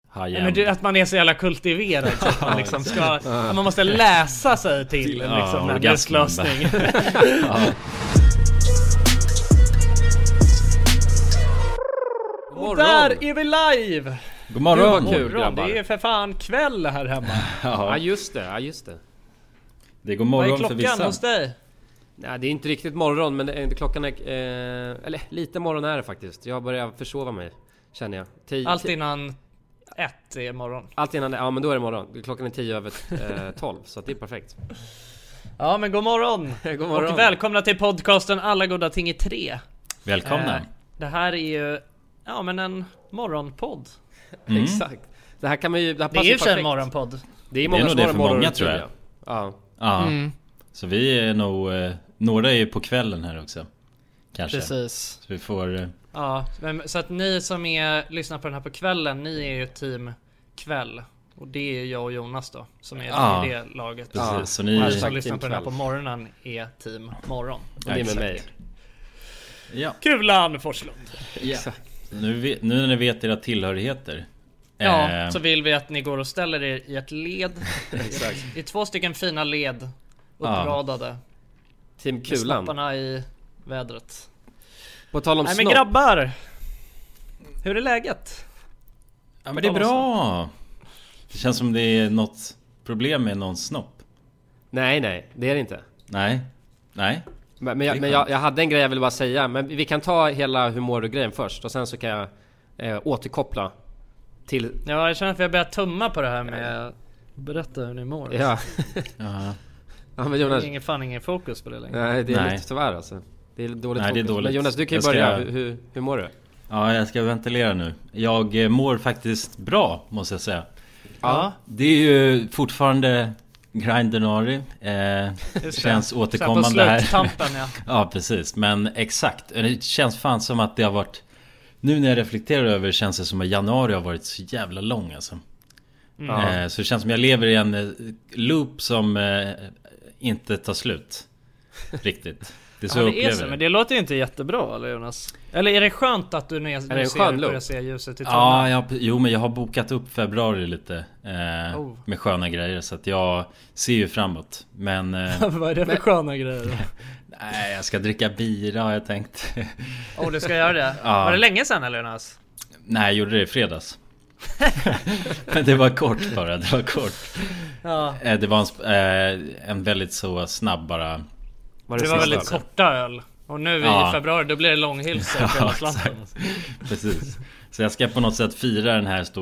Men det, att man är så jävla kultiverad så att man liksom ska, man måste läsa sig till liksom en lösning. Och där är vi live. God morgon. Kul, det är för fan kväll här hemma. Ja just det. Det är god morgon för vissa. Vad är klockan hos dig? Nej, det är inte riktigt morgon, men klockan är eller lite morgon är det faktiskt. Jag börjar försova mig, känner jag. Allt innan 1 är morgon. Allt innan, ja men då är det morgon. Klockan är 10 över 12, så det är perfekt. Ja men god morgon. God morgon. Och välkomna till podcasten Alla goda ting i 3. Välkomna. Det här är ju en morgonpodd. Exakt. Det här kan man ju, det är ju en morgonpodd. Det är nog det för många, tror jag. Ja. Så vi är nog några är ju på kvällen här också. Kanske. Precis. Så vi får så att ni som lyssnar på den här på kvällen, ni är ju team kväll. Och det är jag och Jonas då som är i det laget. Precis. Så ni som lyssnar på den här på morgonen är team morgon. Och det är med mig. Ja. Kulan Forslund. Exakt. Nu när ni vet era tillhörigheter. Så vill vi att ni går och ställer er i ett led. I 2 stycken fina led uppradade. Team Kulan. Snapparna i vädret. På tal om men grabbar, hur är läget? Ja men det är bra. Det känns som det är något problem med någon snopp. Nej, det är det inte. Nej. Men jag hade en grej jag ville bara säga. Men vi kan ta hela humor-grejen först. Och sen så kan jag återkoppla till... Ja, jag känner att vi har börjat tumma på det här med att berätta hur ni mår. Ja. Ja, men Jonas... Det är ingen fokus på det längre. Nej, det är lite tyvärr alltså. Det är dåligt fokus. Det är dåligt. Men Jonas, du kan ju börja. Hur mår du? Ja, jag ska ventilera nu. Jag mår faktiskt bra, måste jag säga. Ja. Det är ju fortfarande grindernari. Känns återkommande här. Tampen, Ja, precis. Men exakt. Det känns fan som att det har varit... Nu när jag reflekterar över det känns det som att januari har varit så jävla lång alltså. Så det känns som jag lever i en loop som inte tar slut. Riktigt. Det är så det är så, men det låter inte jättebra, eller Jonas? Eller är det skönt att du nu börjar se ljuset i tunneln? Jo, men jag har bokat upp februari lite med sköna grejer. Så att jag ser ju framåt. Men vad är det för sköna grejer då? Nej, jag ska dricka bira har jag tänkt. Du ska göra det? Ja. Var det länge sedan, eller Jonas? Nej, jag gjorde det i fredags. Men det var kort bara, det var kort. Det var en väldigt så snabb bara. Det var väldigt korta öl. Och nu i februari, då blir det långhylsor på hela slanten. Precis. Så jag ska på något sätt fira den här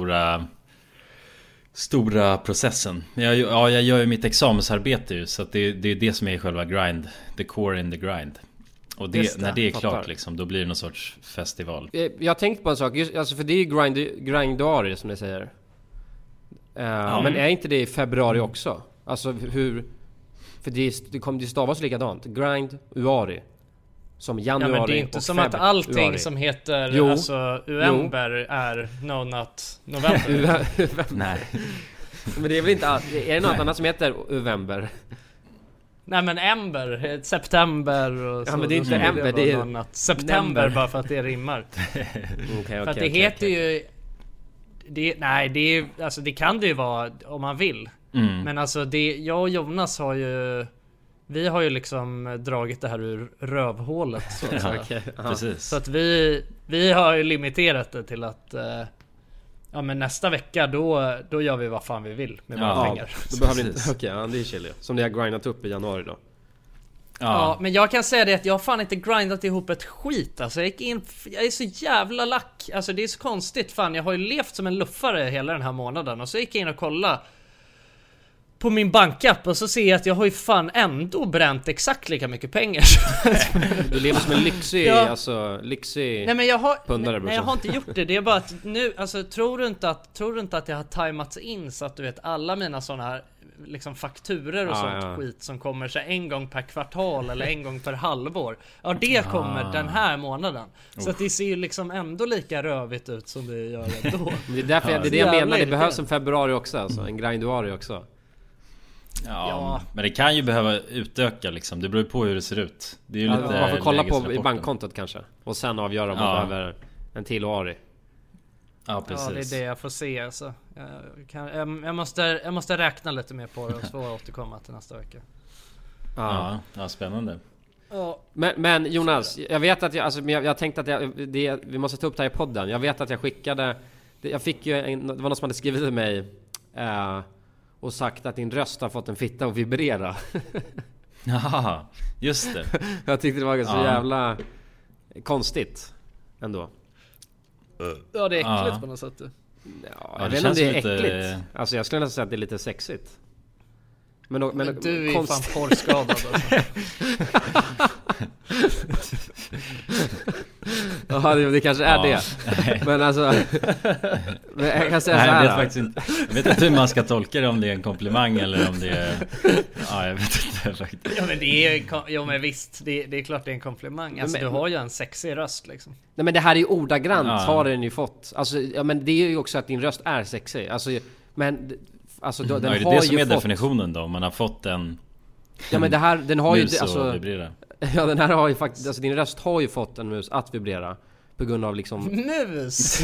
stora processen. Jag gör ju mitt examensarbete ju. Så att det är det som är själva grind. The core in the grind. Och när det är klart liksom, då blir det någon sorts festival. Jag har tänkt på en sak, alltså för det är ju grindarie som ni säger. Men är inte det i februari också? Alltså hur... För det kommer ju stavas likadant. Grind, uari. Som januari. Ja, men det är inte som att allting uari. Som heter alltså uember är november. Nej. Men det är väl inte... Är det något annat som heter november? Nej, men ember, september och så. Ja, men det är inte ember, det är annat. September bara för att det rimmar. För att det heter ju... Alltså det kan det ju vara om man vill. Men alltså jag och Jonas har ju liksom dragit det här ur rövhålet så att säga. Okay. Precis. Så att vi har ju limiterat det till att men nästa vecka då gör vi vad fan vi vill med våra pengar. Då behöver vi inte. Okej, det är chill. Som ni har grindat upp i januari då. Ja, men jag kan säga det att jag har fan inte grindat ihop ett skit. Alltså jag är så jävla lack. Alltså det är så konstigt, fan. Jag har ju levt som en luffare hela den här månaden. Och så gick jag in och kollade på min bankapp och så ser jag att jag har ju fan ändå bränt exakt lika mycket pengar. Du lever som en lyxig Nej, men jag har pundare, jag har inte gjort det. Det är bara att nu, alltså tror du inte att jag har tajmats in så att du vet alla mina såna här liksom fakturer och sånt skit som kommer så en gång per kvartal eller en gång per halvår. Ja, det kommer den här månaden. Så att det ser ju liksom ändå lika rövigt ut som det gör ändå. Det är därför det är det jag menar. Det behövs en februari också, alltså en grinduari också. Ja, men det kan ju behöva utöka liksom. Det beror på hur det ser ut. Det är ju lite man får kolla på i bankkontot kanske. Och sen avgöra om man behöver en till ari. Ja, precis. Ja, det är det jag får se alltså. Jag måste räkna lite mer på det och så återkomma till nästa vecka. Ja, spännande. Ja. Men Jonas, jag vet att jag tänkte att vi måste ta upp det här i podden. Jag vet att jag skickade, jag fick ju det var någon som hade skrivit till mig och sagt att din röst har fått en fitta att vibrera. Ja, just det. Jag tyckte det var så jävla konstigt ändå. Ja, det är äckligt på något sätt. Ja, jag vet inte om det är äckligt. Alltså jag skulle nästan säga att det är lite sexigt. Men du är ju fan porrskadad alltså. Ja, det kanske är det. Men alltså jag kan säga så här. Jag vet faktiskt inte. Jag vet inte hur man ska tolka det, om det är en komplimang eller om det är... Ja, jag vet inte faktiskt. Ja, men det är men visst, det är klart det är en komplimang. Alltså du har ju en sexig röst liksom. Nej, men det här är ju ordagrant har den ju fått. Alltså ja, men det är ju också att din röst är sexig. Alltså men alltså den det har det som ju är fått... definitionen då, om man har fått en... Ja, men det här, den har ju alltså vibrera. Ja, den här har ju faktiskt, alltså din röst har ju fått en mus att vibrera på grund av liksom mus.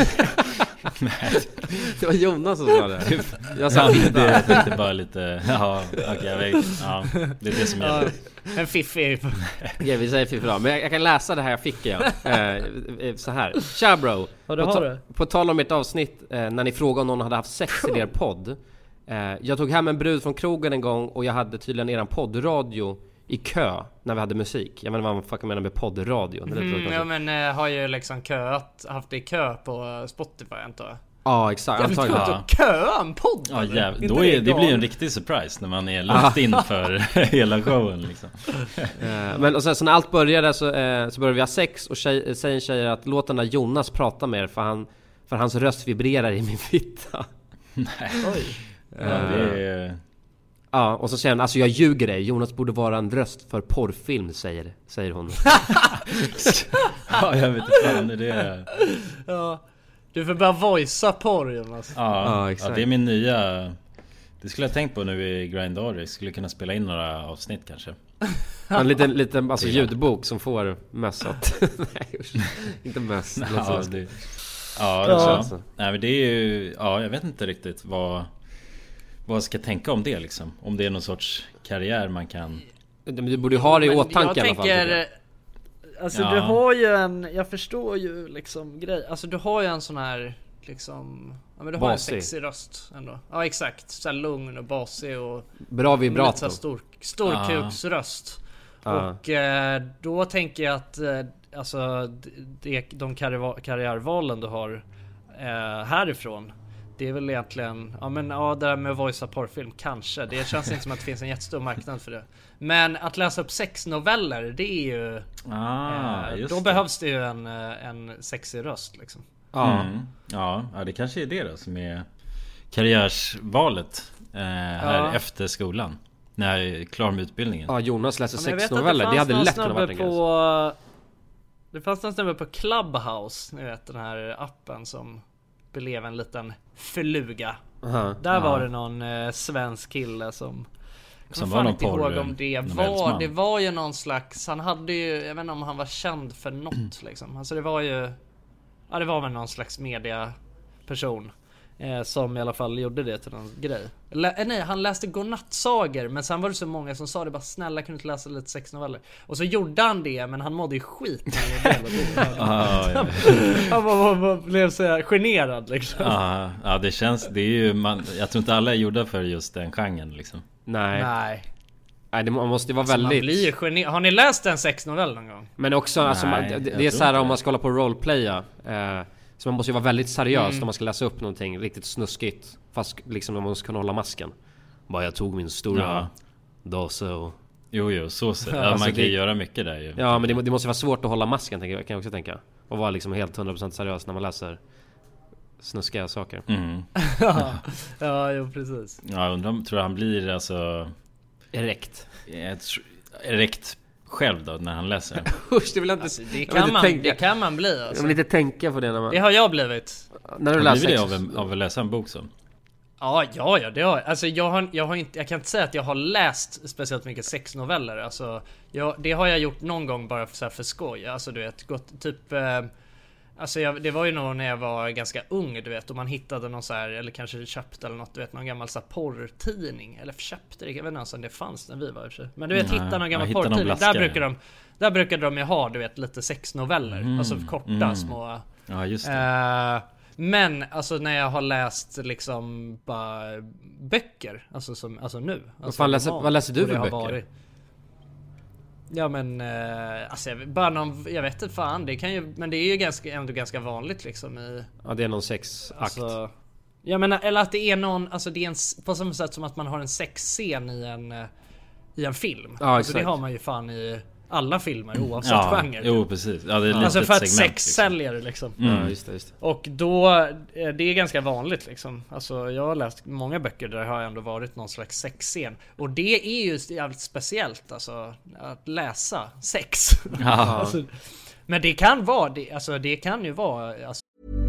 Det var Jonas som sa det. Jag sa det tänkte bara lite. Ja, okej, jag vet. Ja, det är det som gäller. En fiffi. Ja, vi säger fiffi då. Men jag kan läsa det här jag fick igen. Så här. Tja bro. På tal om ert avsnitt när ni frågade om någon hade haft sex i er podd. Jag tog hem en brud från krogen en gång och jag hade tydligen eran poddradio i kö när vi hade musik. Jag vet inte vad man fucking menar med poddradio. Ja, men har ju liksom haft det i kö på Spotify antar jag. Ja, exakt. Jag vill inte köa en podd. Ja, det blir en riktig surprise när man är låst in för hela showen liksom. Men och sen så när allt började så började vi ha sex och tjejen säger att låt den där Jonas prata mer för hans röst vibrerar i min fitta. Nej. Oj. Ja, det är... Ja, och så säger hon, alltså jag ljuger dig, Jonas borde vara en röst för porrfilm, säger hon. Ja, jag vet inte fan det är. Ja, du får bara voicea porr, Jonas. Ja, exakt. Ja, det är min nya... Det skulle jag tänkt på nu i Grindr. Skulle kunna spela in några avsnitt kanske. En liten alltså ljudbok som får mössat. Nej, inte möss. Ja, det är så. Nej, men det är ju... Ja, jag vet inte riktigt vad jag ska tänka om det liksom. Om det är någon sorts karriär man kan... Du borde ju ha det i åtanke i alla fall. Alltså du har ju jag förstår ju liksom grej. Alltså du har ju en sån här liksom... Ja, men du har en sexig röst ändå. Ja, exakt. Så här lugn och basig och... Bra vibrato. Storkuksröst. Och då tänker jag att alltså de karriärvalen du har härifrån, det är väl egentligen det där med voicea porrfilm kanske. Det känns inte som att det finns en jättestor marknad för det. Men att läsa upp sexnoveller, det är ju då behövs det ju en sexig röst liksom. Ja, det kanske är det då som är karriärsvalet här efter skolan. När jag är klar med utbildningen. Ja, Jonas läser sexnoveller. Det hade lätt kunnat vara en grej. Det fanns nästan på Clubhouse, ni vet den här appen som blev en liten fluga. Där var det någon svensk kille som var någon ihåg om det var ju någon slags, han hade ju, jag vet inte om han var känd för något liksom. Alltså det var väl någon slags mediaperson som i alla fall gjorde det till någon grej. Nej, han läste godnattsagor, men sen var det så många som sa det bara, snälla kan du inte läsa lite sexnoveller? Och så gjorde han det, men han mådde ju skit han blev så här generad liksom. Ja, det är ju jag tror inte alla är gjorda för just den genren liksom. Nej, det måste ju vara väldigt... Man blir ju generad. Har ni läst en sexnovell någon gång? Men också, alltså, det är så här om man ska hålla på roleplaya. Så man måste ju vara väldigt seriös när man ska läsa upp någonting riktigt snuskigt. Fast liksom man måste kunna hålla masken. Bara jag tog min stora dose och... Jo, så ser man kan ju göra mycket där ju. Ja, men det måste vara svårt att hålla masken, kan jag också tänka. Och vara liksom helt 100% seriös när man läser snuskiga saker. Ja, jo, precis. Ja, undrar, tror han blir alltså... Erekt själv då när han läser. Usch, det vill jag inte. Alltså, det kan man bli alltså. Jag vill inte tänka på det när man... Det har jag blivit. När du läser det av att läsa en bok så. Ja, det har alltså jag kan inte säga att jag har läst speciellt mycket sexnoveller. Alltså det har jag gjort någon gång bara för skoj. Alltså du vet, gått typ Alltså det var ju nog när jag var ganska ung, du vet, och man hittade någon så här, eller kanske köpte eller något, du vet, någon gammal så här porrtidning, eller köpte det, jag vet inte ens om det fanns när vi var i och för sig. Men du vet, hitta någon gammal porrtidning, där brukade de ju ha, du vet, lite sexnoveller, alltså korta små. Ja, just det. Men alltså när jag har läst liksom bara böcker, alltså nu. Alltså, vad läser du för böcker? Ja men alltså jag vet inte fan, det kan ju, men det är ju ändå ganska vanligt liksom i. Ja, det är någon sexakt. Alltså, jag menar, eller att det är någon, alltså det är på samma sätt som att man har en sexscen i en film. Ja, alltså det har man ju fan i alla filmer oavsett genre. Jo, precis. Ja, det är alltså för att sex liksom. Säljare liksom. Ja, just det. Och då det är ganska vanligt liksom. Alltså jag har läst många böcker där det har ändå varit någon slags sexscen. Och det är ju jävligt speciellt, alltså att läsa sex. Alltså, men det kan vara det kan ju vara alltså.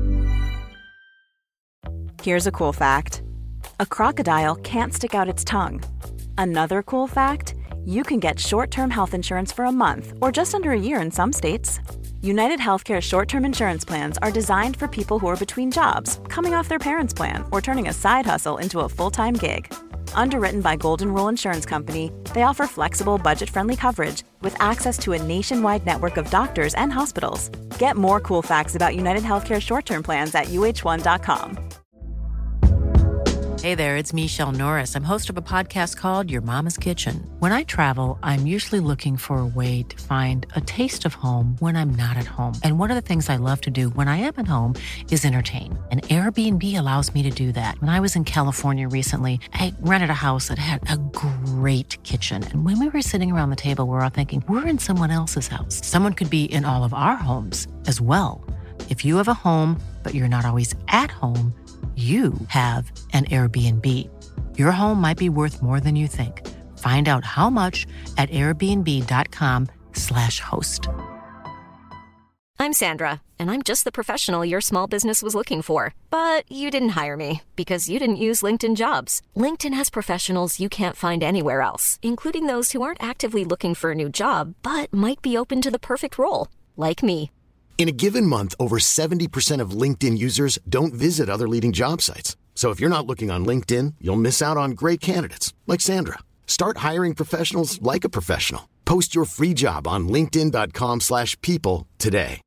Here's a cool fact. A crocodile can't stick out its tongue. Another cool fact, you can get short-term health insurance for a month or just under a year in some states. United Healthcare short-term insurance plans are designed for people who are between jobs, coming off their parents' plan, or turning a side hustle into a full-time gig. Underwritten by Golden Rule Insurance Company, they offer flexible, budget-friendly coverage with access to a nationwide network of doctors and hospitals. Get more cool facts about United Healthcare short-term plans at uh1.com. Hey there, it's Michelle Norris. I'm host of a podcast called Your Mama's Kitchen. When I travel, I'm usually looking for a way to find a taste of home when I'm not at home. And one of the things I love to do when I am at home is entertain. And Airbnb allows me to do that. When I was in California recently, I rented a house that had a great kitchen. And when we were sitting around the table, we were all thinking, we're in someone else's house. Someone could be in all of our homes as well. If you have a home, but you're not always at home, you have an Airbnb. Your home might be worth more than you think. Find out how much at airbnb.com/host. I'm Sandra, and I'm just the professional your small business was looking for. But you didn't hire me because you didn't use LinkedIn Jobs. LinkedIn has professionals you can't find anywhere else, including those who aren't actively looking for a new job, but might be open to the perfect role, like me. In a given month, over 70% of LinkedIn users don't visit other leading job sites. So if you're not looking on LinkedIn, you'll miss out on great candidates like Sandra. Start hiring professionals like a professional. Post your free job on linkedin.com/people today.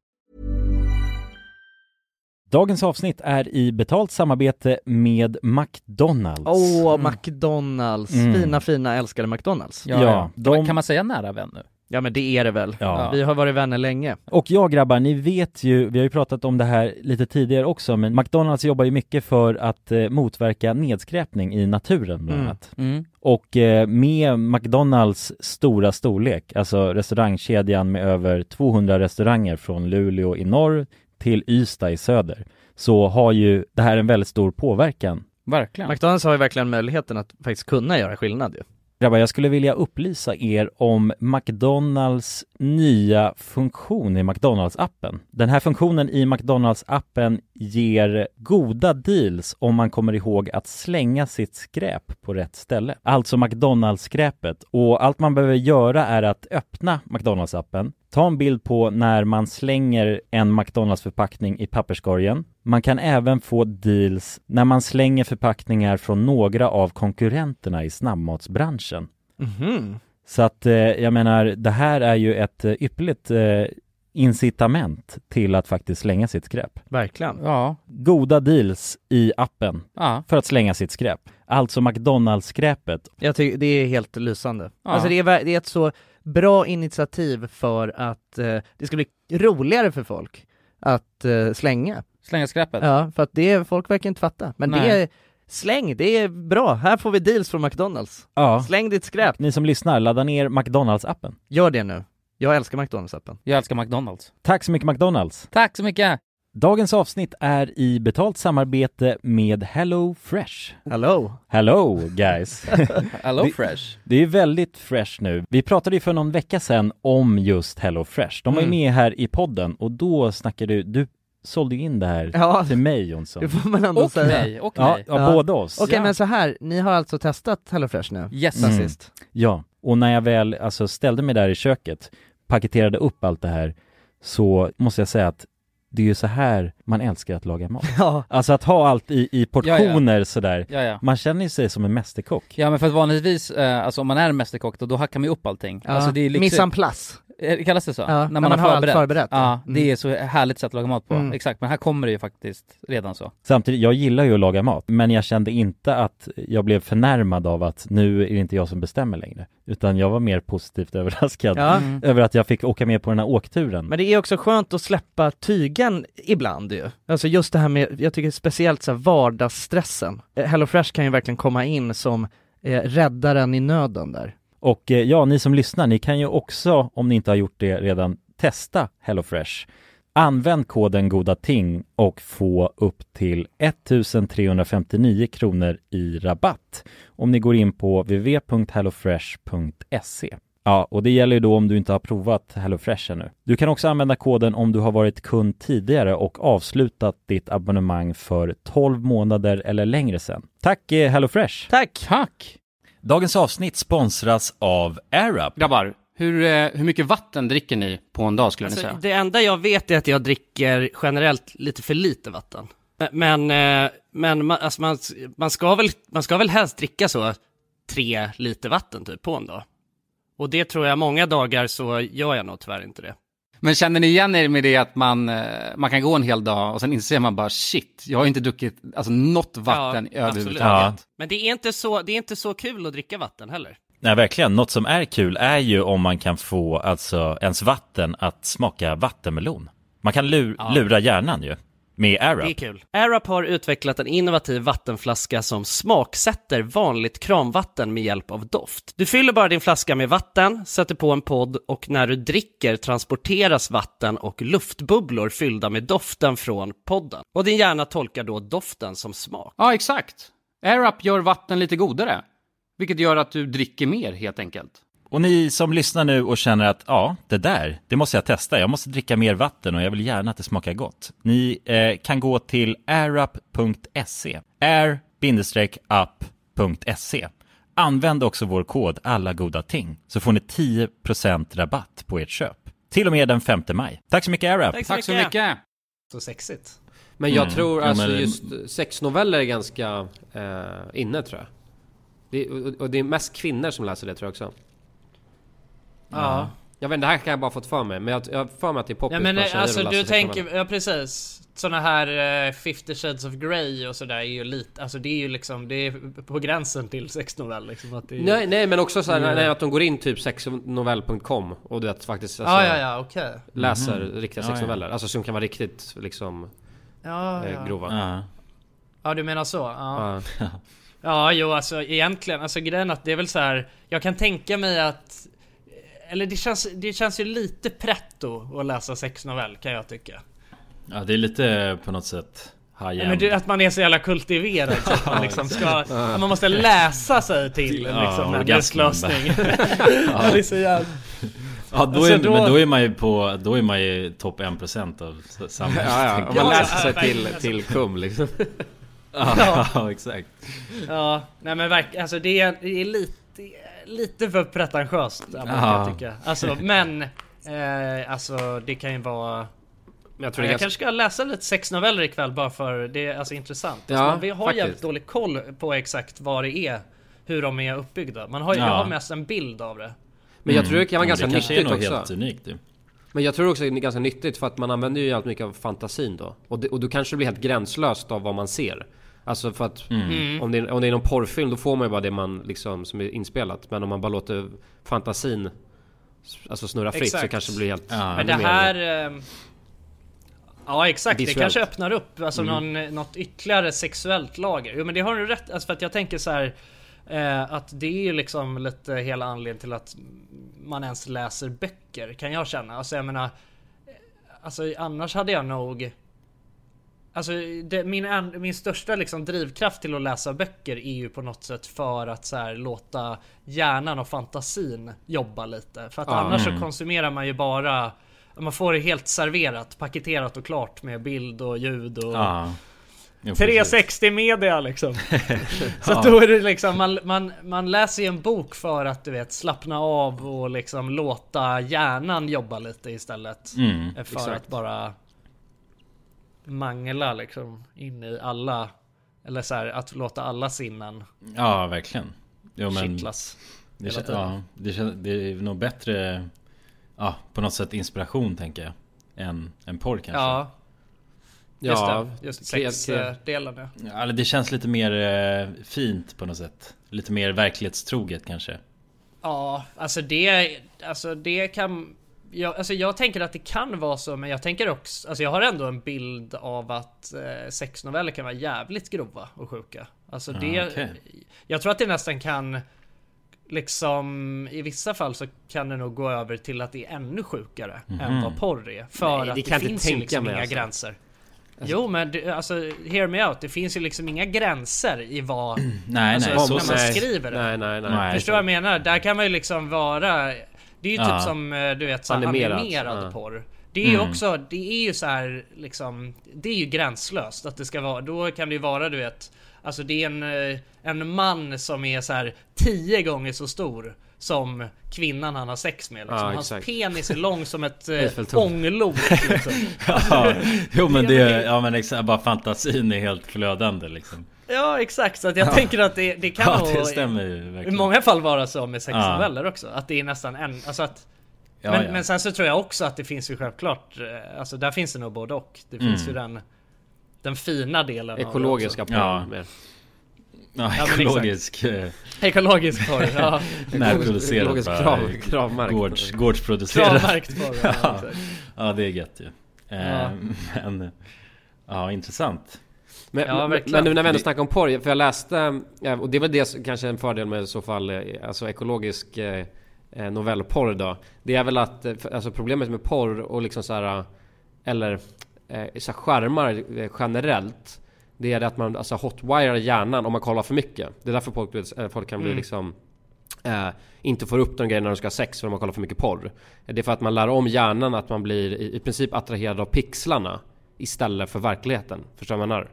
Dagens avsnitt är i betalt samarbete med McDonalds. McDonalds. Fina, älskade McDonalds. Ja. Kan man säga nära vän nu? Ja, men det är det väl. Ja. Vi har varit vänner länge. Och ja, grabbar, ni vet ju, vi har ju pratat om det här lite tidigare också, men McDonalds jobbar ju mycket för att motverka nedskräpning i naturen bland annat. Och med McDonalds stora storlek, alltså restaurangkedjan med över 200 restauranger från Luleå i norr till Ystad i söder, så har ju det här en väldigt stor påverkan. Verkligen. McDonalds har ju verkligen möjligheten att faktiskt kunna göra skillnad ju. Grabbar, jag skulle vilja upplysa er om McDonalds nya funktion i McDonalds-appen. Den här funktionen i McDonalds-appen ger goda deals om man kommer ihåg att slänga sitt skräp på rätt ställe. Alltså McDonalds-skräpet. Och allt man behöver göra är att öppna McDonalds-appen, ta en bild på när man slänger en McDonalds-förpackning i papperskorgen. Man kan även få deals när man slänger förpackningar från några av konkurrenterna i snabbmatsbranschen. Så att jag menar, det här är ju ett ypperligt incitament till att faktiskt slänga sitt skräp. Verkligen. Ja. Goda deals i appen för att slänga sitt skräp. Alltså McDonalds-skräpet. Jag tycker det är helt lysande. Alltså det är ett så bra initiativ för att det ska bli roligare för folk att slänga skräpet. Ja, för att folk verkar inte fatta. Men det är släng, det är bra. Här får vi deals från McDonalds. Ja. Släng ditt skräp. Ni som lyssnar, ladda ner McDonalds-appen. Gör det nu. Jag älskar McDonalds-appen. Jag älskar McDonalds. Tack så mycket McDonalds. Tack så mycket. Dagens avsnitt är i betalt samarbete med Hello Fresh. Hello guys. Hello Fresh. Det är väldigt fresh nu. Vi pratade ju för någon vecka sedan om just Hello Fresh. De var ju med här i podden och då snackade du sålde in det här till mig, Jonsson. Det får man ändå säga. Mig. Ja, båda oss. Okej, men så här, ni har alltså testat Hello Fresh nu? Yes. Sist. Ja, och när jag väl ställde mig där i köket, paketerade upp allt det här, så måste jag säga att det är ju så här man älskar att laga mat. Ja. Alltså att ha allt i portioner sådär. Ja. Man känner sig som en mästerkock. Ja, men för att vanligtvis, alltså om man är en mästerkock då hackar man ju upp allting. Ja. Alltså det är mise en place. Kallas det så? Ja, när man har förberett. Ja, det är så härligt sätt att laga mat på. Exakt, men här kommer det ju faktiskt redan så. Samtidigt, jag gillar ju att laga mat, men jag kände inte att jag blev förnärmad av att nu är det inte jag som bestämmer längre. Utan jag var mer positivt överraskad över att jag fick åka med på den här åkturen. Men det är också skönt att släppa tygen ibland ju. Alltså just det här med, jag tycker speciellt så här vardagsstressen. HelloFresh kan ju verkligen komma in som räddaren i nöden där. Och ja, ni som lyssnar, ni kan ju också, om ni inte har gjort det redan, testa HelloFresh. Använd koden GODATING och få upp till 1359 kronor i rabatt om ni går in på www.hellofresh.se. Ja, och det gäller ju då om du inte har provat HelloFresh ännu. Du kan också använda koden om du har varit kund tidigare och avslutat ditt abonnemang för 12 månader eller längre sedan. Tack HelloFresh! Tack! Dagens avsnitt sponsras av AirUp. Grabbar, hur mycket vatten dricker ni på en dag skulle ni säga? Det enda jag vet är att jag dricker generellt lite för lite vatten. Men man ska väl helst dricka så 3 liter vatten typ på en dag. Och det tror jag många dagar så gör jag nog tyvärr inte det. Men känner ni igen er med det att man kan gå en hel dag och sen inser man bara shit, jag har inte druckit alltså något vatten överhuvudtaget. Ja. Men det är inte så kul att dricka vatten heller. Nej, verkligen. Något som är kul är ju om man kan få alltså ens vatten att smaka vattenmelon. Man kan lura hjärnan ju med AirUp. Det är kul. AirUp har utvecklat en innovativ vattenflaska som smaksätter vanligt kranvatten med hjälp av doft. Du fyller bara din flaska med vatten, sätter på en podd och när du dricker transporteras vatten och luftbubblor fyllda med doften från podden. Och din hjärna tolkar då doften som smak. Ja, exakt. AirUp gör vatten lite godare, vilket gör att du dricker mer helt enkelt. Och ni som lyssnar nu och känner att det måste jag testa. Jag måste dricka mer vatten och jag vill gärna att det smakar gott. Ni kan gå till airup.se. air-up.se. Använd också vår kod alla goda ting så får ni 10% rabatt på ert köp. Till och med den 5 maj. Tack så mycket AirUp. Tack så mycket. Så sexigt. Men jag tror just sexnoveller är ganska inne tror jag. Och det är mest kvinnor som läser det tror jag också. Ja. Jag vet inte, det här kan jag bara fått för mig. Men jag har för mig att det är poppis. Ja men alltså du tänker, ja precis. Såna här 50 Shades of Grey och sådär är ju lite, alltså det är ju liksom, det är på gränsen till sexnovell liksom att det är... Nej men också så här, att de går in typ sexnovell.com och du vet faktiskt okay. läser riktiga sexnoveller. Alltså som kan vara riktigt liksom grova. Ja du menar så. Ja, jo alltså egentligen, alltså grejen att det är väl så här, jag kan tänka mig att, eller det känns ju lite pretto att läsa sexnovell kan jag tycka. Ja, det är lite på något sätt men att man är så jävla kultiverad så att man liksom ska, man måste läsa sig till liksom en lösning. Det är så jävla... Ja, men då är man ju topp 1% av samhället. Ja, man läser sig till kum liksom. Ja, exakt. Ja, nej men alltså det är lite för pretentiöst jag tycker. Alltså men alltså det kan ju vara, jag kanske ska läsa lite sexnoveller ikväll bara för det är alltså intressant. Alltså, vi har jävligt dålig koll på exakt vad det är, hur de är uppbyggda. Jag har mest en bild av det. Men jag tror det kan vara ganska nyttigt också. Helt unikt. Men jag tror också det är ganska nyttigt för att man använder ju allt mycket av fantasin då. Och då kanske det blir helt gränslöst av vad man ser. Alltså för att om det är någon porrfilm då får man ju bara det man liksom som är inspelat. Men om man bara låter fantasin alltså snurra fritt så kanske det blir helt... Men det här... ja exakt, visuellt. Det kanske öppnar upp alltså något ytterligare sexuellt lager. Jo men det har du rätt, alltså för att jag tänker så här att det är ju liksom lite hela anledningen till att man ens läser böcker kan jag känna. Alltså jag menar, alltså annars hade jag nog, alltså min största liksom drivkraft till att läsa böcker är ju på något sätt för att så här, låta hjärnan och fantasin jobba lite. För att annars så konsumerar man ju bara, man får det helt serverat, paketerat och klart med bild och ljud och 360 media liksom. Så då är det liksom man läser ju en bok för att du vet slappna av och liksom låta hjärnan jobba lite istället för att bara mangla liksom in i alla, eller så här, att låta alla sinnen. Ja, verkligen. Jo, men kittlas. Det är nog bättre, på något sätt inspiration, tänker jag, än porr kanske. Ja. Just sexdelen. Ja, det känns lite mer fint på något sätt. Lite mer verklighetstroget kanske. Ja, alltså det kan... Jag tänker att det kan vara så, men jag tänker också... Alltså jag har ändå en bild av att sexnoveller kan vara jävligt grova och sjuka. Alltså det... Jag tror att det nästan kan... Liksom, i vissa fall så kan det nog gå över till att det är ännu sjukare än vad porr är. För att det finns ju liksom inga gränser. Jo, men hear me out. Det finns ju liksom inga gränser i vad när man skriver det. Nej. Förstår vad jag menar? Där kan man ju liksom vara... Det är ju typ som, du vet, så animerad porr. Det är ju också, det är ju så här liksom, det är ju gränslöst att det ska vara. Då kan det ju vara, du vet, alltså det är en man som är så här 10 gånger så stor som kvinnan han har sex med liksom. Hans penis är lång som ett ånglok liksom. Jo, men det men exakt, bara fantasin är helt flödande liksom. Ja, exakt, så att jag tänker att det kan det stämmer ju verkligen. I många fall vara så med sexnoveller också, att det är nästan alltså att men sen så tror jag också att det finns ju självklart, alltså där finns det nog både och. Det finns ju den fina delen ekologiska porr. Ekologisk porr, ja. Närproducerad, kravmärkt gårdsproducerad. Kravmärkt porr, ja, det är gött ju. Men intressant. Men nu när vi ändå snackar om porr, för jag läste, och det var det kanske en fördel med i så fall, alltså ekologisk novellporr då. Det är väl att, alltså problemet med porr och liksom så här, eller så här skärmar generellt, det är det att man alltså hotwirar hjärnan om man kollar för mycket. Det är därför folk kan bli liksom inte får upp de grejerna när de ska ha sex, för man kollar för mycket porr. Det är för att man lär om hjärnan att man blir i princip attraherad av pixlarna istället för verkligheten. Förstår man när?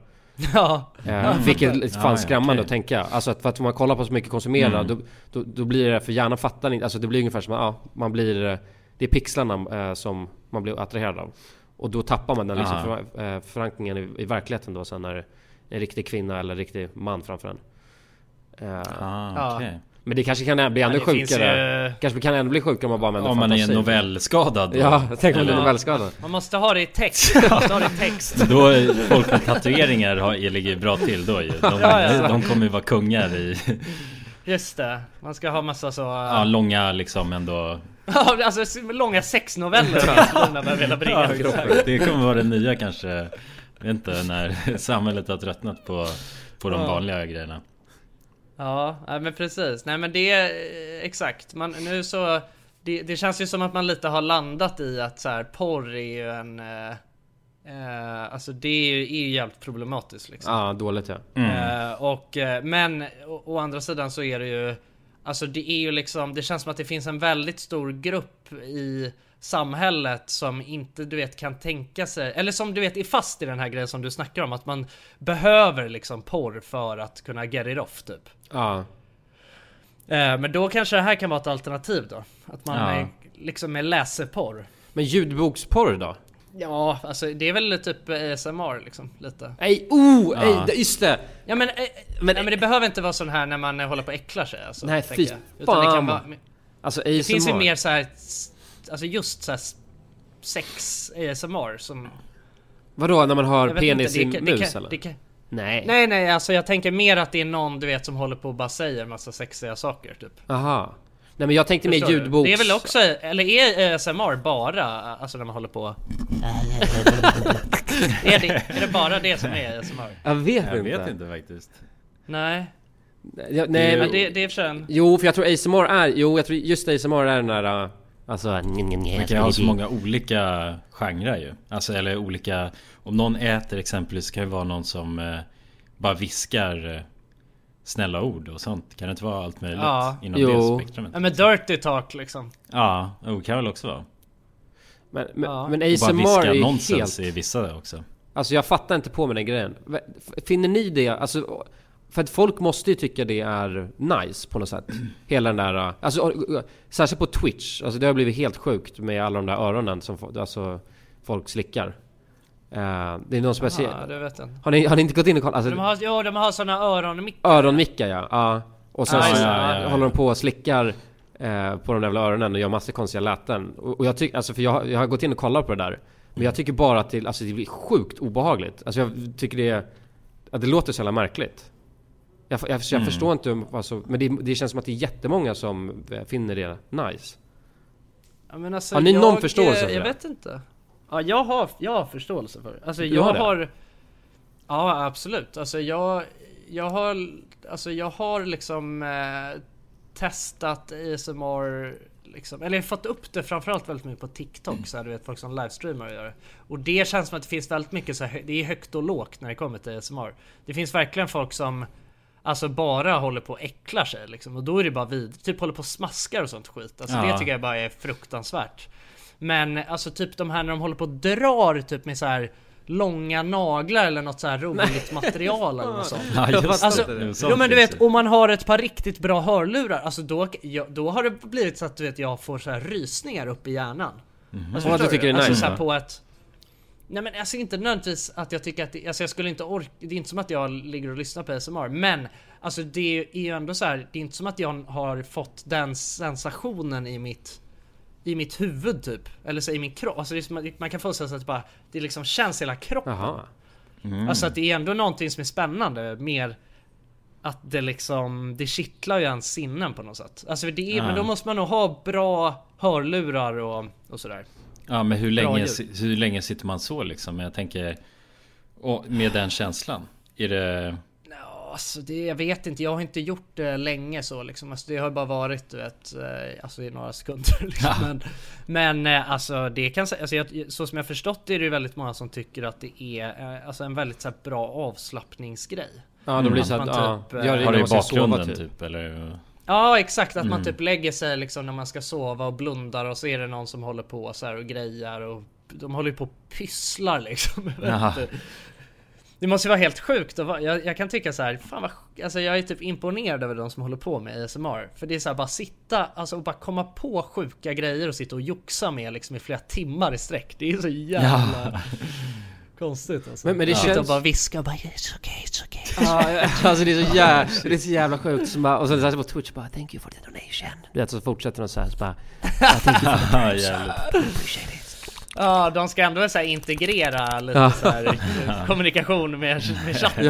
Vilket är fan skrämmande att tänka. Alltså att för att man kollar på så mycket konsumerad då blir det, för hjärnan fattar inte. Alltså det blir ungefär som man blir, det är pixlarna som man blir attraherad av. Och då tappar man den liksom förankringen i verkligheten då, sen när en riktig kvinna eller en riktig man framför en. Men det kanske kan bli ännu sjukare. Kanske kan ändå bli sjukare om man är novellskadad då. Ja, tänk om det är novellskadad. Man måste ha det i text. Då är folk med tatueringar ligger bra till då ju. De kommer ju vara kungar i. Just det. Man ska ha massa så långa liksom ändå. Ja, alltså långa sexnoveller. Det kommer vara det nya kanske. Jag vet inte, när samhället har tröttnat på de vanliga grejerna. Ja, men precis. Nej, men det är exakt. Nu så det känns ju som att man lite har landat i att så här, porr är ju en alltså det är ju jävligt problematiskt liksom. Ja, dåligt men å andra sidan så är det ju, alltså det är ju liksom, det känns som att det finns en väldigt stor grupp i samhället som inte, du vet, kan tänka sig, eller som du vet är fast i den här grejen som du snackar om, att man behöver liksom porr för att kunna get it off typ. Men då kanske det här kan vara ett alternativ då, att man är liksom med läseporr. Men ljudboksporr då? Ja, alltså det är väl typ ASMR liksom lite. Just det. Ja, men det behöver inte vara sån här när man håller på att äckla sig alltså. Nej, fy fan. Alltså ASMR. Det finns ju mer så här, alltså just så här sex ASMR som... Vadå, när man har penis i mus eller? Nej, alltså jag tänker mer att det är någon, du vet, som håller på och bara säger massa sexiga saker typ. Aha. Nej, men jag tänkte mer ljudboks. Det är väl också, eller är ASMR bara, alltså när man håller på... är det bara det som är ASMR? Jag vet inte faktiskt. Nej. Nej, men det är för sen. Jo, för jag tror ASMR är... Jo, jag tror just ASMR är den där... Alltså... Man kan ha så många olika genrer ju. Alltså, eller olika... Om någon äter exempelvis, kan det vara någon som bara viskar snälla ord och sånt. Kan det inte vara allt möjligt inom det spektrumet? Ja, men dirty talk liksom. Ja, det kan väl också vara. Men ASMR är ju nonsens i vissa också. Alltså jag fattar inte på med den grejen. Finner ni det? Alltså, för att folk måste ju tycka det är nice på något sätt. Hela den där... Alltså, särskilt på Twitch. Alltså det har blivit helt sjukt med alla de där öronen som alltså, folk slickar. Det är någon speciell. Det vet jag. Har ni inte gått in och kollat? Alltså, de har såna öronmickar. Öronmickar, ja. Och sen håller de på och slickar på de där öronen och gör massor konstiga läten. Och jag tycker, alltså, för jag har gått in och kollat på det där. Men jag tycker bara att det blir sjukt obehagligt. Alltså jag tycker att det låter så jävla märkligt. Jag förstår inte, alltså, men det känns som att det är jättemånga som finner det nice. Ja, men alltså, har ni någon förståelse för det? Jag vet inte. Ja, jag har förståelse för det. Alltså ja, absolut. Alltså jag har liksom testat ASMR liksom, eller jag har fått upp det framförallt väldigt mycket på TikTok, så här, du vet, folk som livestreamar och gör det. Och det känns som att det finns väldigt mycket så här, det är högt och lågt när det kommer till ASMR. Det finns verkligen folk som alltså bara håller på och äcklar sig liksom, och då är det bara typ håller på och smaskar och sånt skit. Alltså det tycker jag bara är fruktansvärt. Men alltså typ de här när de håller på och drar typ med så här långa naglar eller något så här roligt material eller något sånt. Ja, men du vet, om man har ett par riktigt bra hörlurar, alltså då har det blivit så att du vet, jag får så här rysningar upp i hjärnan. Alltså, att du tycker det är nice, alltså, så här på ett... Nej, men alltså inte nödvändigtvis att jag tycker att alltså jag skulle inte orka, det är inte som att jag ligger och lyssnar på ASMR, men alltså det är ju ändå så här, det är inte som att jag har fått den sensationen i mitt huvud typ, eller så i min kropp. Alltså man kan få sig så att det liksom känns hela kroppen. Alltså att det är ändå någonting som är spännande, mer att det liksom, det kittlar ju ens sinnen på något sätt. Alltså men då måste man nog ha bra hörlurar och sådär. Ja, men hur länge sitter man så liksom? Jag tänker, och med den känslan, är det... Alltså jag vet inte, jag har inte gjort det länge så liksom. Alltså det har bara varit, du vet, alltså i några sekunder liksom. Men alltså det kan säga, alltså så som jag förstått det är det väldigt många som tycker att det är alltså en väldigt så här, bra avslappningsgrej. Ja, då blir så att man typ, har det i bakgrunden typ eller... Ja, exakt, att man typ lägger sig liksom när man ska sova och blundar, och så är det någon som håller på så här och grejar, och de håller ju på och pysslar liksom. Det måste ju vara helt sjukt. Jag kan tycka så här, fan vad, alltså jag är typ imponerad över de som håller på med ASMR. För det är så här, bara sitta, alltså och bara komma på sjuka grejer och sitta och joxa med liksom i flera timmar i sträck. Det är så jävla konstigt alltså. Men det känns... och bara viska och bara it's okay. Alltså det är så jävla sjukt som bara, och så på Twitch bara thank you for the donation. Du vet, så fortsätter de så här så bara thank you for the donation. Appreciate it. Ja, de ska ändå så här integrera lite så här kommunikation med chatten.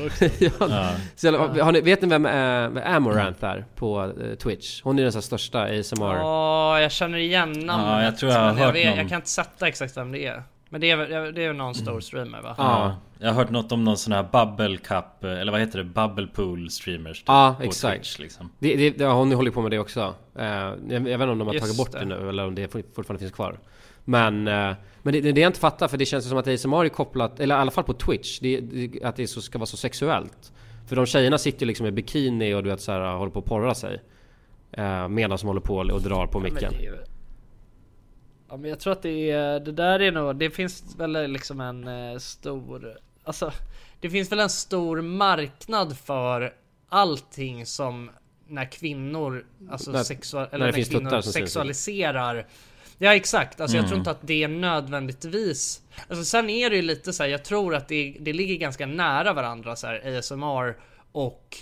Så, vet ni vem Amouranth är på Twitch? Hon är den så största ASMR. Ja, jag känner igen namnet. Ja, jag tror jag har hört jag kan inte sätta exakt vem det är. Men det är ju någon stor streamer, va? Ja, jag har hört något om någon sån här Bubble Cup, eller vad heter det? Bubble Pool streamers typ, ja, exakt. Twitch, liksom. Hon håller på med det också. Jag vet inte om de har tagit bort det nu, eller om det fortfarande finns kvar. Men det jag inte fattar, för det känns som att ASMR är kopplat, eller i alla fall på Twitch, att det ska vara så sexuellt. För de tjejerna sitter liksom i bikini och du vet så här, håller på att porra sig medan som håller på och drar på micken. Ja, men jag tror att det där är nog, det finns väl liksom en stor, alltså det finns väl en stor marknad för allting som när kvinnor alltså när kvinnor sexualiserar. Ja, exakt. Alltså jag tror inte att det är nödvändigtvis. Alltså sen är det ju lite så här, jag tror att det ligger ganska nära varandra så här, ASMR och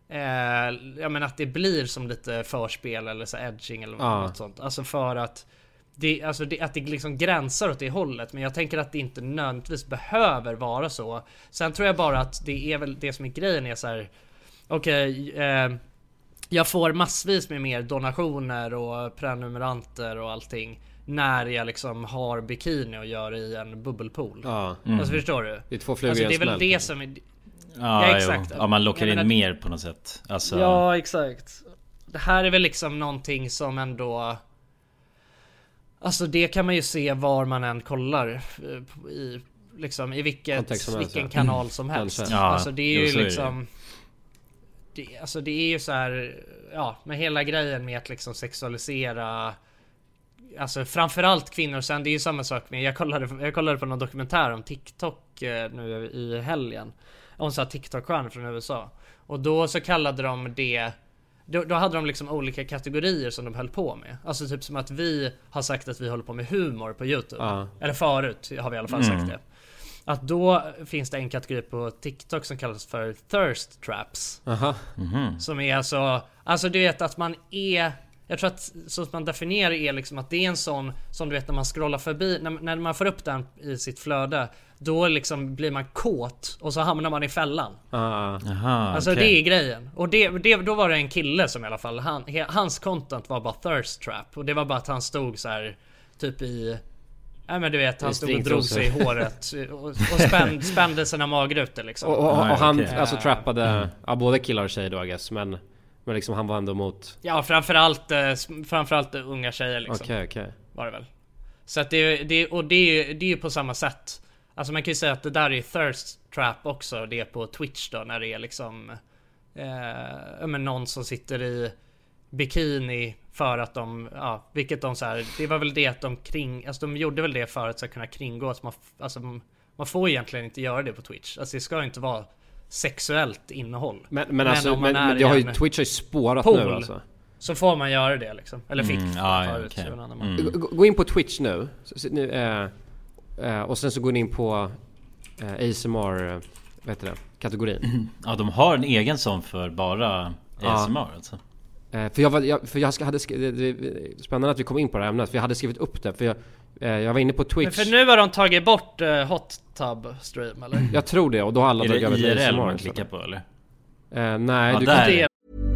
jag menar att det blir som lite förspel eller så edging eller något sånt. Alltså för att att det liksom gränsar åt det hållet, men jag tänker att det inte nödvändigtvis behöver vara så. Sen tror jag bara att det är väl det som är grejen är så här, okej, jag får massvis med mer donationer och prenumeranter och allting när jag liksom har bikini och gör i en bubbelpool. Alltså förstår du? Det är två flugor, alltså, det är väl det som är... Ja, exakt. Ja, man lockar in mer på något sätt. Alltså... Ja, exakt. Det här är väl liksom någonting som ändå... Alltså det kan man ju se var man än kollar i liksom i vilken kanal som helst. Ja, alltså det är ju liksom det är ju så här, ja, med hela grejen med att liksom sexualisera, alltså framförallt kvinnor. Sen det är ju samma sak med, jag kollade på någon dokumentär om TikTok nu i helgen, om så här TikTok-stjärnor från USA, och då så kallade de det, då hade de liksom olika kategorier som de höll på med. Alltså typ som att vi har sagt att vi håller på med humor på YouTube. Eller förut har vi i alla fall sagt det. att då finns det en kategori på TikTok som kallas för thirst traps. Som är alltså du vet att man är, jag tror att så som man definierar är liksom att det är en sån som du vet när man scrollar förbi, när man får upp den i sitt flöde, då liksom blir man kåt och så hamnar man i fällan. Alltså det är grejen. Och då var det en kille som i alla fall, hans content var bara thirst trap. Och det var bara att han stod så här typ i, nej men du vet, han stod och drog sig i håret och spände sina magrutor liksom. Och han alltså trappade både killar och tjejer då, I guess, men liksom han var ändå mot... Ja, framförallt unga tjejer liksom. Okej. Var det väl. Så att det är ju på samma sätt. Alltså man kan ju säga att det där är thirst trap också. Det är på Twitch då, när det är liksom men någon som sitter i bikini för att de, vilket de så här, det var väl det att de gjorde väl det för att så kunna kringgå att man får egentligen inte göra det på Twitch. Alltså det ska inte vara sexuellt innehåll. Men det har ju Twitch har ju spårat nu alltså. Så får man göra det liksom. Eller fick förut. Gå in på Twitch nu. Och sen så går ni in på ASMR, vet du det, kategorin. Ja, de har en egen sån för bara ASMR alltså. För jag hade spännande att vi kom in på det här ämnet, för jag hade skrivit upp det, för jag var inne på Twitch. Men för nu har de tagit bort Hot Tub Stream, eller? Jag tror det, och då har alla dragit över till IRL man klickar på, eller? Nej, du kan inte.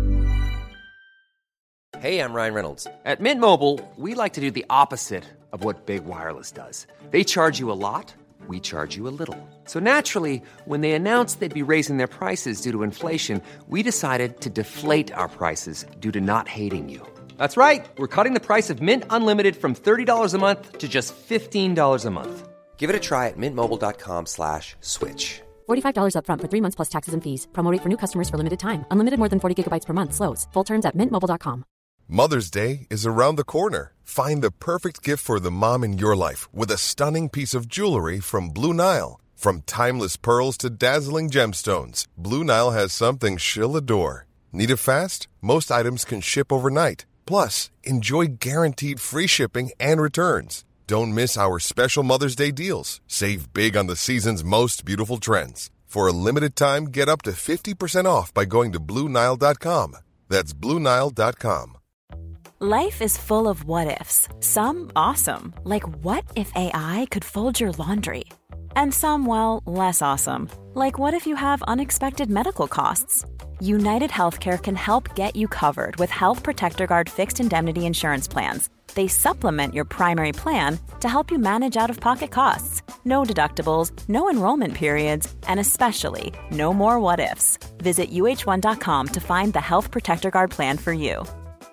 Hey, I'm Ryan Reynolds. At Mint Mobile, we like to do the opposite of what Big Wireless does. They charge you a lot, we charge you a little. So naturally, when they announced they'd be raising their prices due to inflation, we decided to deflate our prices due to not hating you. That's right. We're cutting the price of Mint Unlimited from $30 a month to just $15 a month. Give it a try at mintmobile.com/switch. $45 up front for 3 months plus taxes and fees. Promo rate for new customers for limited time. Unlimited more than 40 gigabytes per month slows. Full terms at mintmobile.com. Mother's Day is around the corner. Find the perfect gift for the mom in your life with a stunning piece of jewelry from Blue Nile. From timeless pearls to dazzling gemstones, Blue Nile has something she'll adore. Need it fast? Most items can ship overnight. Plus, enjoy guaranteed free shipping and returns. Don't miss our special Mother's Day deals. Save big on the season's most beautiful trends. For a limited time, get up to 50% off by going to BlueNile.com. That's BlueNile.com. Life is full of what-ifs. Some awesome, like what if AI could fold your laundry? And some, well, less awesome, like what if you have unexpected medical costs? United Healthcare can help get you covered with Health Protector Guard fixed indemnity insurance plans. They supplement your primary plan to help you manage out-of-pocket costs. No deductibles, no enrollment periods, and especially no more what-ifs. Visit uh1.com to find the Health Protector Guard plan for you.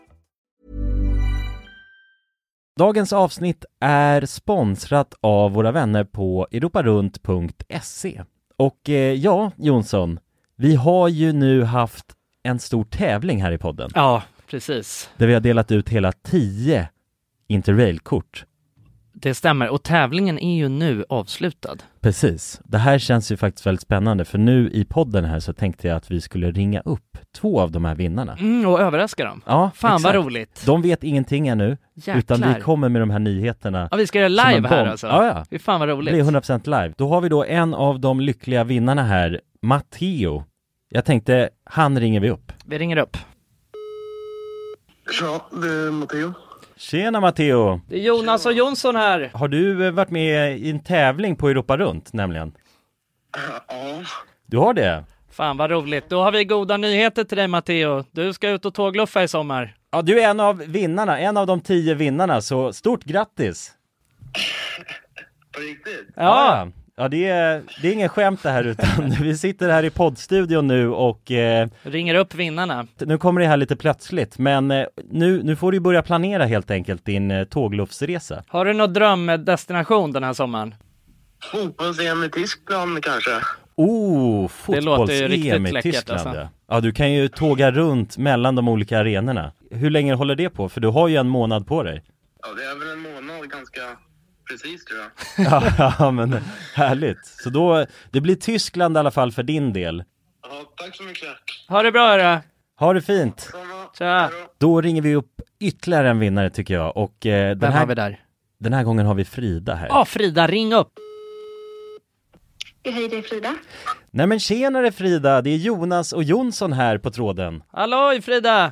Dagens avsnitt är sponsrat av våra vänner på europarunt.se. Och ja, Jonsson, vi har ju nu haft en stor tävling här i podden. Ja, precis. Där vi har delat ut hela 10 Interrail-kort. Det stämmer, och tävlingen är ju nu avslutad. Precis. Det här känns ju faktiskt väldigt spännande, för nu i podden här så tänkte jag att vi skulle ringa upp 2 av de här vinnarna. Och överraska dem. Ja, fan exakt. Vad roligt. De vet ingenting ännu. Jäklar. Utan vi kommer med de här nyheterna. Ja, vi ska göra live här alltså. Ja. Det är fan vad roligt. Det är 100% live. Då har vi då en av de lyckliga vinnarna här, Matteo. Jag tänkte, han ringer vi upp. Vi ringer upp. Ja, det är Matteo. Tjena Matteo! Det är Jonas och Jonsson här. Har du varit med i en tävling på Europa Runt nämligen? Ja. Du har det? Fan vad roligt. Då har vi goda nyheter till dig Matteo. Du ska ut och tågluffa i sommar. Ja, du är en av vinnarna, en av de 10 vinnarna, så stort grattis! På riktigt? Ja, det är ingen skämt det här, utan vi sitter här i poddstudion nu och ringer upp vinnarna. Nu kommer det här lite plötsligt, men nu får du börja planera helt enkelt din tågluffsresa. Har du någon drömdestination den här sommaren? Fotbolls-EM i Tyskland kanske. Fotbolls-EM i Tyskland. Alltså. Ja, du kan ju tåga runt mellan de olika arenorna. Hur länge håller det på? För du har ju en månad på dig. Ja, det är väl en månad ganska precis tror jag. Ja, men härligt. Så då, det blir Tyskland i alla fall för din del. Ja, tack så mycket. Ha det bra då. Ha det fint. Tja. Då ringer vi upp ytterligare en vinnare tycker jag. Och vem har vi där? Den här gången har vi Frida här. Ja, Frida, ring upp. Ja, hej, det är Frida. Nej men tjenare Frida, det är Jonas och Jonsson här på tråden. Hallå Frida!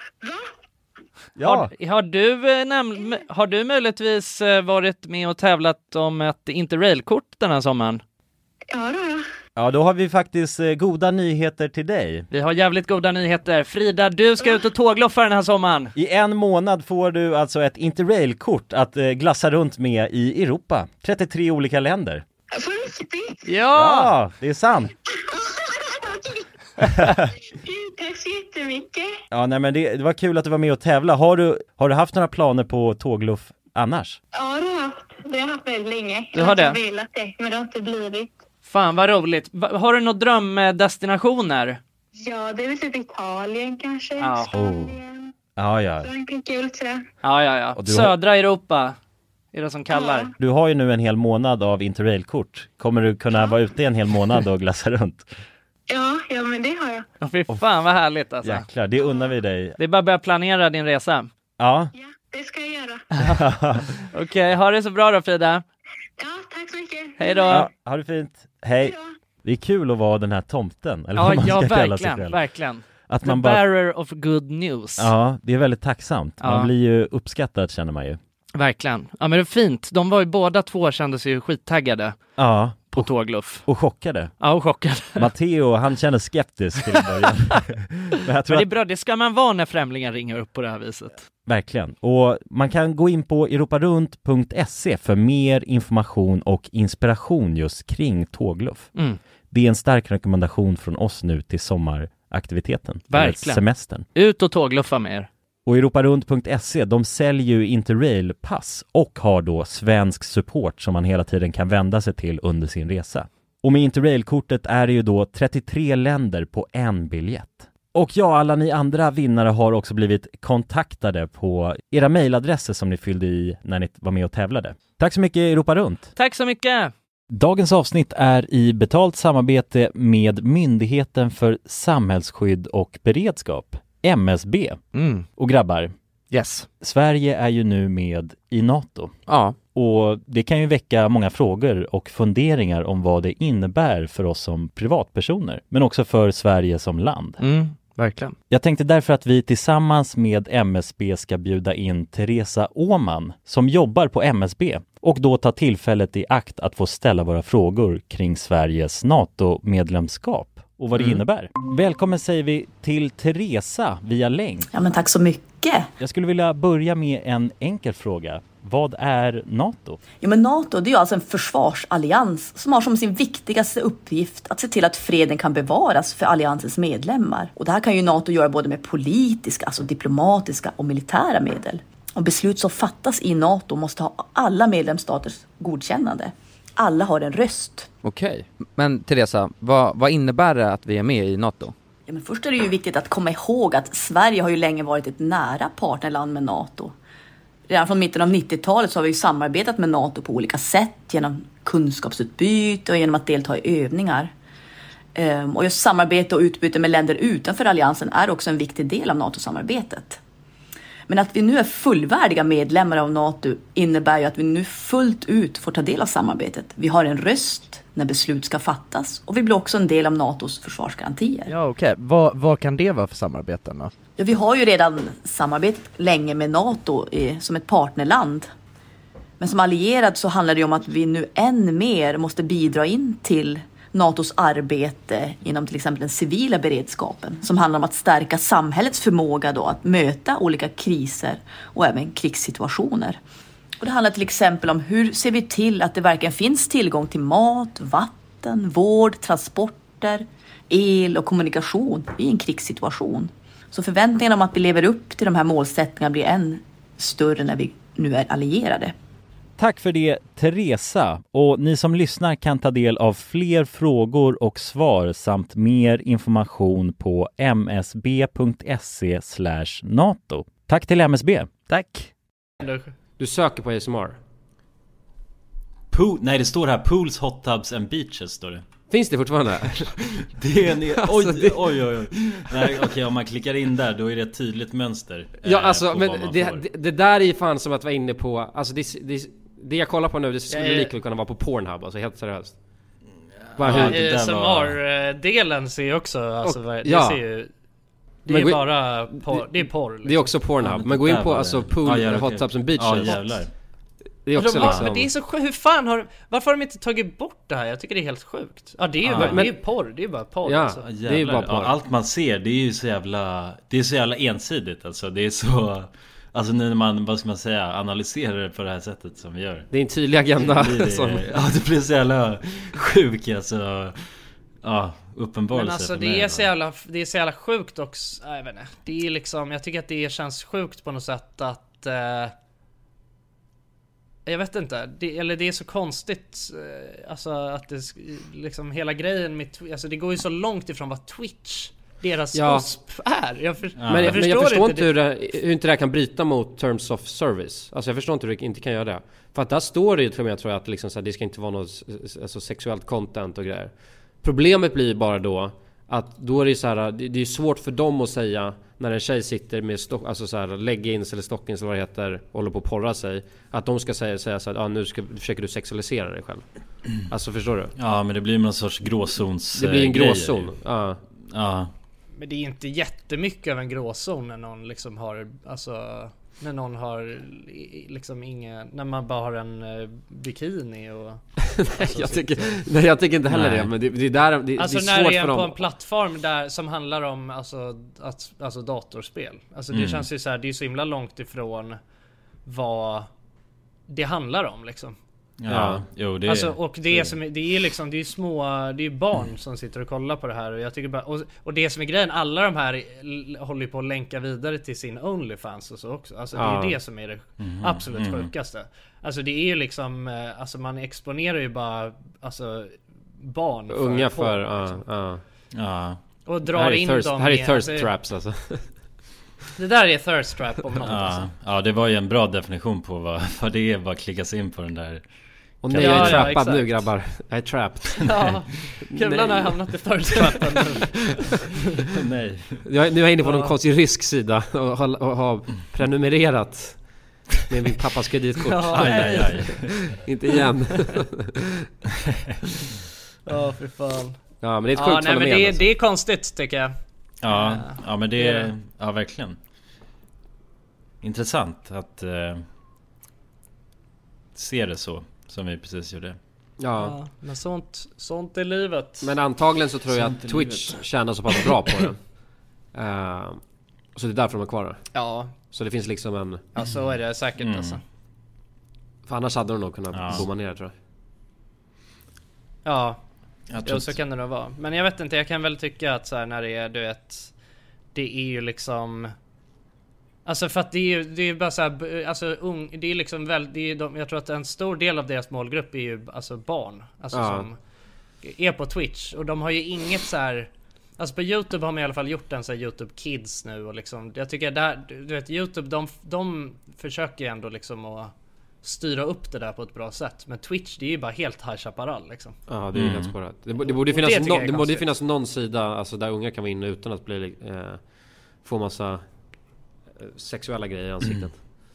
Ja. Har du möjligtvis varit med och tävlat om ett Interrail-kort den här sommaren? Ja, då. Ja, då har vi faktiskt goda nyheter till dig. Vi har jävligt goda nyheter. Frida, du ska ut och tågloffa den här sommaren. I 1 månad får du alltså ett Interrail-kort att glassa runt med i Europa. 33 olika länder. På riktigt? Ja, det är sant. Tack så jättemycket. Ja, nej men det var kul att du var med och tävla. Har du haft några planer på tågluff annars? Ja, det har jag haft. Det har jag haft väldigt länge. Du har det? Jag har velat det, men det har inte blivit. Fan vad roligt. Har du några drömdestinationer? Ja, det är väl typ Italien kanske. Ja. Spanien. Ja. Frankrike, kul sådär. Ja. Södra Europa är det som kallar. Ja. Du har ju nu en hel månad av Interrail-kort. Kommer du kunna vara ute en hel månad och glassa runt? Ja, men det har jag. Fy fan vad härligt alltså. Jäklar, det unnar vi dig. Det är bara att börja planera din resa. Ja. Ja, det ska jag göra. Okej, ha det så bra då Frida. Ja, tack så mycket. Hej då. Ja, ha det fint. Hej. Det är kul att vara den här tomten. Eller vad man ska kalla sig själv. Verkligen. Att The man bara... bearer of good news. Ja, det är väldigt tacksamt. Man blir ju uppskattad, känner man ju. Verkligen. Ja, men det är fint. De var ju båda två, kände sig ju skittaggade. Ja. På tågluff. Och chockade. Ja, och chockade. Matteo, han känner skeptisk till början. Men det är bra, det ska man vara när främlingar ringer upp på det här viset. Verkligen. Och man kan gå in på europarunt.se för mer information och inspiration just kring tågluff. Mm. Det är en stark rekommendation från oss nu till sommaraktiviteten. Verkligen. Semestern. Ut och tågluffa med er. Och europarunt.se, de säljer ju Interrail-pass och har då svensk support som man hela tiden kan vända sig till under sin resa. Och med Interrail-kortet är det ju då 33 länder på en biljett. Och ja, alla ni andra vinnare har också blivit kontaktade på era mejladresser som ni fyllde i när ni var med och tävlade. Tack så mycket Europa Runt! Tack så mycket! Dagens avsnitt är i betalt samarbete med Myndigheten för samhällsskydd och beredskap, MSB. Och grabbar, yes. Sverige är ju nu med i NATO. Ja. Och det kan ju väcka många frågor och funderingar om vad det innebär för oss som privatpersoner, men också för Sverige som land. Verkligen. Jag tänkte därför att vi tillsammans med MSB ska bjuda in Teresa Åman som jobbar på MSB och då ta tillfället i akt att få ställa våra frågor kring Sveriges NATO-medlemskap och vad det innebär. Välkommen säger vi till Teresa via länk. Ja, men tack så mycket. Jag skulle vilja börja med en enkel fråga. Vad är NATO? Ja, men NATO, det är ju alltså en försvarsallians som har som sin viktigaste uppgift att se till att freden kan bevaras för alliansens medlemmar. Och det här kan ju NATO göra både med politiska, alltså diplomatiska och militära medel. Och beslut som fattas i NATO måste ha alla medlemsstaters godkännande. Alla har en röst. Okej. Men Teresa, vad innebär det att vi är med i NATO? Ja, men först är det ju viktigt att komma ihåg att Sverige har ju länge varit ett nära partnerland med NATO. Redan från mitten av 90-talet så har vi ju samarbetat med NATO på olika sätt genom kunskapsutbyte och genom att delta i övningar. Och just samarbete och utbyte med länder utanför alliansen är också en viktig del av NATO-samarbetet. Men att vi nu är fullvärdiga medlemmar av NATO innebär ju att vi nu fullt ut får ta del av samarbetet. Vi har en röst när beslut ska fattas och vi blir också en del av NATOs försvarsgarantier. Ja, okej. Vad kan det vara för samarbeten då? Ja, vi har ju redan samarbetat länge med NATO som ett partnerland. Men som allierad så handlar det om att vi nu än mer måste bidra in till NATOs arbete inom till exempel den civila beredskapen som handlar om att stärka samhällets förmåga då att möta olika kriser och även krigssituationer. Och det handlar till exempel om hur ser vi till att det verkligen finns tillgång till mat, vatten, vård, transporter, el och kommunikation i en krigssituation. Så förväntningarna om att vi lever upp till de här målsättningarna blir än större när vi nu är allierade. Tack för det Teresa, och ni som lyssnar kan ta del av fler frågor och svar samt mer information på msb.se/NATO. Tack till MSB. Tack. Du söker på ASMR. Nej, det står här Pools, Hot Tubs and Beaches står det. Finns det fortfarande? Det är oj. Nej, okej, om man klickar in där då är det ett tydligt mönster. Ja, alltså men det där är ju fan som att vara inne på, alltså det jag kollar på nu, det skulle lika kunna vara på Pornhub, alltså helt seriöst. ASMR-delen ser ju också, alltså, det ser ju... Det är bara porr, det är porr liksom. Det är också Pornhub. Men gå in på alltså pool, hot tubs and beaches. Ja, jävlar. Det är också liksom... Men det är så sjukt, hur fan varför har de inte tagit bort det här? Jag tycker det är helt sjukt. Ja, det är ju bara, det är porr, det är bara porr. Ja, alltså. det är bara porr. Allt man ser, det är ju så jävla... Det är så jävla ensidigt alltså. Det är så... Alltså nu när man, vad ska man säga, analyserar det på det här sättet som vi gör. Det är en tydlig agenda. Ja, det blir så jävla sjuk alltså. Ja, uppenbarligen. Men alltså det är så jävla sjukt också. Jag vet inte. Det är liksom, jag tycker att det känns sjukt på något sätt att jag vet inte, det är så konstigt alltså att det liksom hela grejen med, alltså det går ju så långt ifrån vad Twitch deras USP är. Jag förstår inte hur inte det här kan bryta mot terms of service. Alltså jag förstår inte hur det inte kan göra det. För att där står det ju, tror jag att liksom så här, det ska inte vara något alltså sexuellt content och grejer. Problemet blir bara då att då är det så här, det är svårt för dem att säga när en tjej sitter med alltså så här leggings eller stockings eller vad det heter, håller på att porra sig, att de ska säga så här, nu försöker du sexualisera dig själv. Alltså förstår du? Ja, men det blir någon sorts gråzons. Det blir en gråzon. Ja. Men det är inte jättemycket av en gråzon när någon liksom har, alltså när någon har liksom när man bara har en bikini och alltså, jag tycker inte heller det, men det är där det alltså är när svårt det är för dem. på en plattform där som handlar om alltså datorspel. Alltså det känns ju så här, det är så himla långt ifrån vad det handlar om liksom. Ja, jo, det alltså, och det är liksom, det är små, det är barn som sitter och kollar på det här, och jag tycker bara, och det som är grejen, alla de här håller på att länka vidare till sin OnlyFans och så också. Alltså det är det som är det absolut sjukaste. Alltså det är ju liksom, alltså man exponerar ju bara alltså barn unga för och drar in dem. Här är thirst traps alltså. Det där är thirst trap om något alltså. Ja, det var ju en bra definition på vad det är, bara klickas in på den där. Och nej, jag är trappad nu grabbar. Jag är trapped. Ja, kulan har hamnat i thirst trappen. Nej. Nu är jag inne på någon konstig risksida och har prenumererat med min pappas kreditkort. Aj. Inte igen. Ja, för fan. Ja, men det är ett sjukt fenomen. Men det är konstigt tycker jag. Ja, men det är verkligen intressant att se det så som vi precis gjorde. Ja, men sånt är livet. Men antagligen så tror jag att Twitch tjänar så pass bra på det. Så det är därför de är kvar där. Ja. Så det finns liksom en... Ja, så är det säkert alltså. För annars hade de nog kunnat bomma ner, tror jag. Ja, så kan det nog vara. Men jag vet inte, jag kan väl tycka att så här, när det är, du vet, det är ju liksom, alltså för att det är bara så här, alltså det är liksom väl, det är jag tror att en stor del av deras målgrupp är ju alltså barn, alltså som är på Twitch, och de har ju inget så här, alltså på YouTube har man i alla fall gjort en så här YouTube Kids nu, och liksom jag tycker där, du vet, YouTube de försöker ändå liksom att styra upp det där på ett bra sätt. Men Twitch, det är ju bara helt High Chaparral liksom. Ja, det är helt spårat. Det borde finnas någon sida alltså, där unga kan vara inne utan att bli få massa sexuella grejer i ansiktet.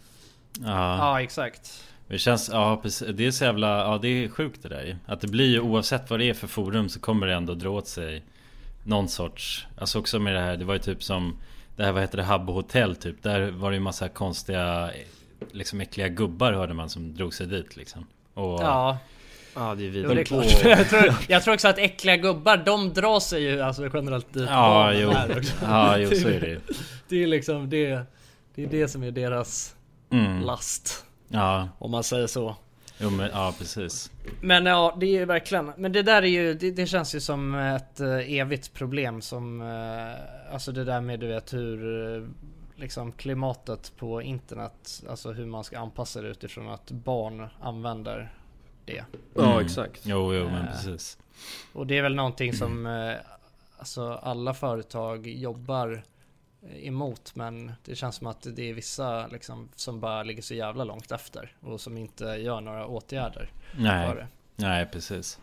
Ja, exakt. Det känns, det är så jävla, det är sjukt det där. Att det blir ju, oavsett vad det är för forum, så kommer det ändå dra åt sig någon sorts, alltså också med det här, det var ju typ som det här, vad heter det, Habbo Hotel typ. Där var det ju massa konstiga liksom äckliga gubbar, hörde man, som drog sig dit liksom. Och ja, det är vidare. Jag tror också att äckliga gubbar, de drar sig ju alltså generellt dit. Jo, så är det ju. Det är liksom det är det som är deras last. Ja, om man säger så. Jo, men precis. Men det är ju verkligen, men det där är ju, det känns ju som ett evigt problem som alltså det där med, du vet, hur liksom klimatet på internet, alltså hur man ska anpassa det utifrån att barn använder det. Ja, exakt. Jo, men precis. Och det är väl någonting som alltså alla företag jobbar emot, men det känns som att det är vissa liksom som bara ligger så jävla långt efter och som inte gör några åtgärder. Nej, precis.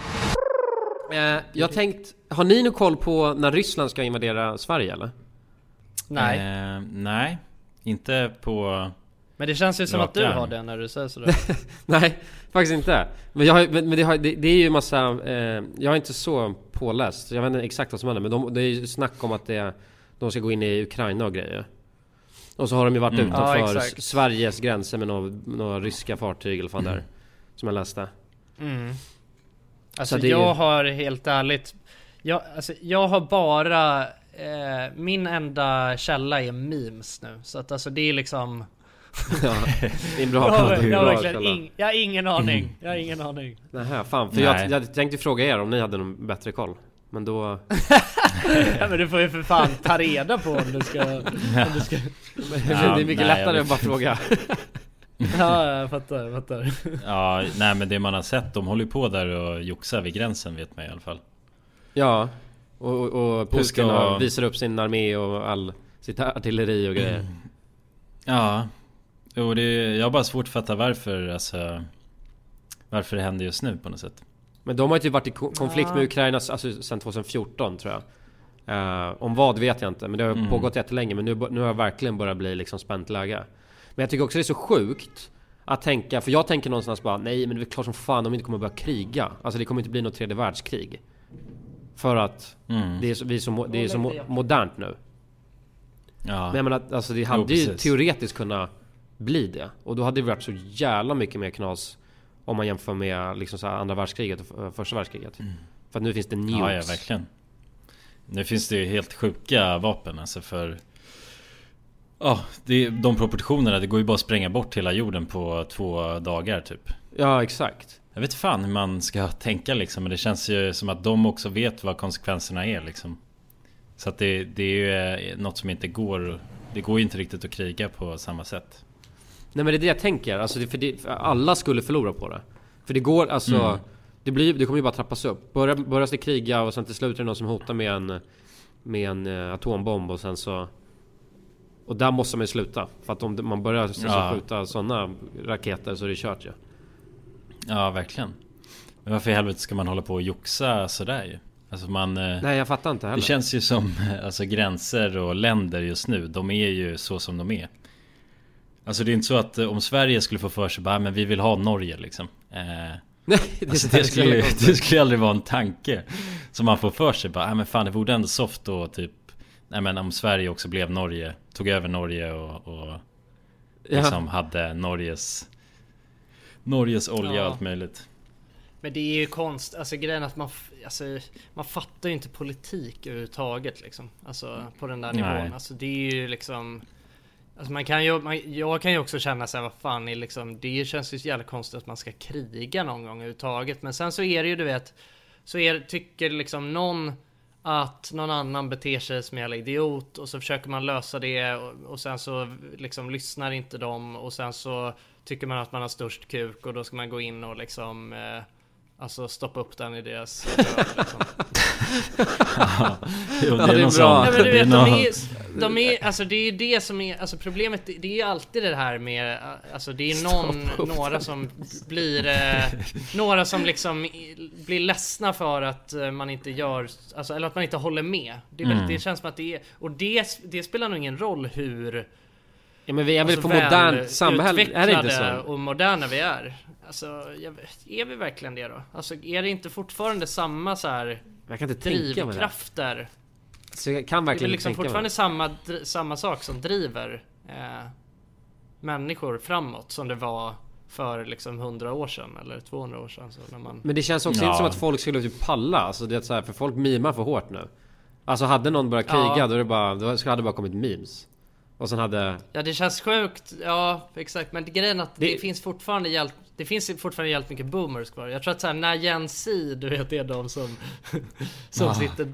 Jag tänkt, har ni någon koll på när Ryssland ska invadera Sverige eller? Nej. Nej, inte på Men det känns ju som att du har det när du säger sådär. Nej, faktiskt inte. Men det är ju massa jag är inte så påläst. Jag vet inte exakt vad som händer, men det är ju snack om att de ska gå in i Ukraina och grejer. Och så har de ju varit utanför Sveriges gränser med några ryska fartyg eller fan där som jag läste. Alltså jag har helt ärligt jag har bara min enda källa är memes nu. Så att alltså det är liksom det är en bra jag har ingen aning. Jag har ingen aning. Nähä, fan. För jag tänkte fråga er om ni hade någon bättre koll. Men då ja, men du får ju för fan ta reda på om du ska det är mycket lättare att bara fråga. Ja, jag fattar. Ja, nej men det man har sett, de håller ju på där och joxar vid gränsen, vet man i alla fall. Ja, och Putin visar upp sin armé och all sitt artilleri och grejer. Ja, och jag har bara svårt att fatta varför det händer just nu på något sätt. Men de har ju varit i konflikt med Ukraina alltså, sedan 2014 tror jag. Om vad vet jag inte, men det har pågått jättelänge. Men nu har jag verkligen börjat bli liksom spänt läge. Men jag tycker också det är så sjukt att tänka, för jag tänker någonstans bara, nej men det är klart som fan de inte kommer börja kriga. Alltså det kommer inte bli något tredje världskrig. För att det är så modernt nu. Ja. Men jag menar, alltså det hade ju teoretiskt kunnat bli det. Och då hade det varit så jävla mycket mer knas om man jämför med liksom så här andra världskriget och första världskriget. För att nu finns det nukes. Ja, verkligen. Nu finns det ju helt sjuka vapen alltså för de proportionerna, det går ju bara att spränga bort hela jorden på 2 dagar typ. Ja, exakt. Jag vet fan hur man ska tänka liksom, men det känns ju som att de också vet vad konsekvenserna är liksom. Så att det är ju något som inte går. Det går ju inte riktigt att kriga på samma sätt. Nej, men det är det jag tänker. Alltså för alla skulle förlora på det. För det går alltså det kommer ju bara trappas upp. Börjar det kriga och sen till slut är det någon som hotar med en atombomb och sen så. Och där måste man ju sluta. För att om man börjar skjuta sådana raketer så är det kört ju. Ja, verkligen. Men varför i helvete ska man hålla på och joxa sådär ju? Alltså nej, jag fattar inte heller. Det känns ju som alltså, gränser och länder just nu, de är ju så som de är. Alltså det är inte så att om Sverige skulle få för sig bara, men vi vill ha Norge liksom. Nej, alltså, det skulle aldrig vara en tanke som man får för sig bara, men fan det vore ändå soft och typ, nej men om Sverige också blev Norge, tog över Norge och liksom hade Norges olja och allt möjligt. Men det är ju konst, alltså grejen att man fattar ju inte politik överhuvudtaget liksom. Alltså på den där nivån. Alltså det är ju liksom, alltså jag kan ju också känna så här, vad fan är liksom, det känns ju så jävla konstigt att man ska kriga någon gång överhuvudtaget. Men sen så är det ju, du vet, tycker liksom någon att någon annan beter sig som en jävla idiot och så försöker man lösa det och sen så liksom lyssnar inte de och sen så tycker man att man har störst kuk och då ska man gå in och liksom alltså stoppa upp den i deras liksom. Jo, det är bra. Nej, men du vet, de är alltså det är det som är alltså problemet, det är ju alltid det här med alltså det är några som blir några som liksom blir ledsna för att man inte gör alltså, eller att man inte håller med. Det är väldigt, det känns som att det är, och det spelar nog ingen roll hur. Ja, men vi är väl på modernt samhälle, är det inte så? Och moderna vi är. Alltså, är vi verkligen det då? Alltså, är det inte fortfarande samma så här jag kan inte drivkrafter? Så jag kan verkligen det är liksom fortfarande samma sak som driver människor framåt som det var för liksom 100 år sedan eller 200 år sedan så när man... Men det känns också inte som att folk skulle typ palla. Alltså det är så här, för folk mimar för hårt nu. Alltså hade någon börjat kriga då hade det bara kommit memes. Och sen hade... Ja, det känns sjukt. Ja, exakt. Men grejen är att det finns fortfarande jävligt mycket boomers kvar. Jag tror att så här, när Gen Z, du vet, det är de som sitter,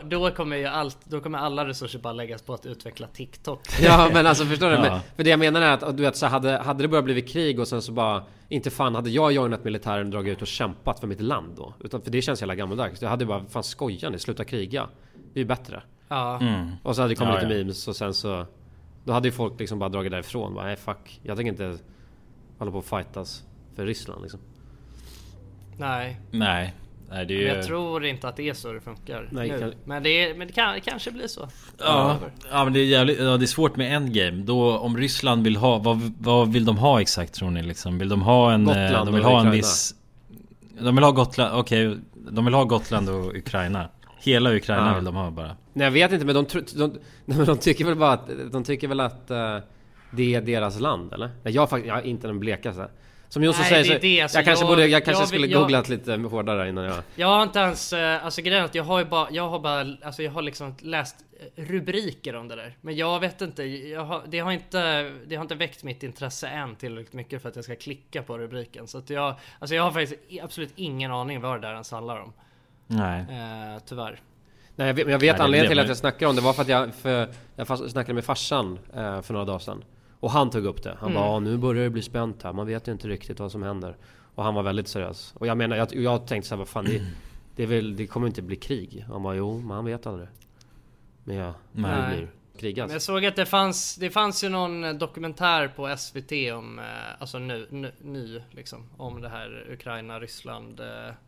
då kommer alla resurser bara läggas på att utveckla TikTok. Ja, men alltså förstår du? Men, för det jag menar är att du vet, så hade det börjat blivit krig och sen så bara inte fan hade jag joinat militären och dragit ut och kämpat för mitt land då. Utan för det känns jävla gammaldags. Jag hade bara fan skojande, sluta kriga. Det är ju bättre. Ja. Och så hade det kommit lite memes och sen så då hade ju folk liksom bara dragit därifrån. Bara, nej fuck, jag tänker inte hålla på att fightas för Ryssland liksom. Nej. Nej, det är ju... Jag tror inte att det är så det funkar nu. Men det kan kanske bli så. Ja, men det är jävligt, det är svårt med endgame. Då om Ryssland vill ha, vad vill de ha exakt tror ni liksom? Vill de ha en Gotland, de vill ha en viss, de vill ha Gotland, okej, de vill ha Gotland och Ukraina. Hela Ukraina vill de ha bara. Nej, jag vet inte, men de tycker väl bara att det är deras land, eller? Jag har inte den blekaste. Som Jonsson säger så, alltså jag kanske skulle googlat lite hårdare innan jag... Jag har inte ens, alltså grejen att jag har liksom läst rubriker om det där. Men jag vet inte, det har inte väckt mitt intresse än tillräckligt mycket för att jag ska klicka på rubriken. Så att jag har faktiskt absolut ingen aning vad det där ens handlar om. Nej. Tyvärr. Nej, jag vet anledningen till att jag snackar om det var för att jag snackade med farsan för några dagar sedan. Och han tog upp det. Han bara, nu börjar det bli spänt här. Man vet ju inte riktigt vad som händer. Och han var väldigt seriös. Och jag menar, jag tänkte så här, vad fan, det kommer inte bli krig. Han bara, jo, man vet aldrig. Men det blir krig alltså. Jag såg att det fanns ju någon dokumentär på SVT om, alltså ny liksom, om det här Ukraina-Ryssland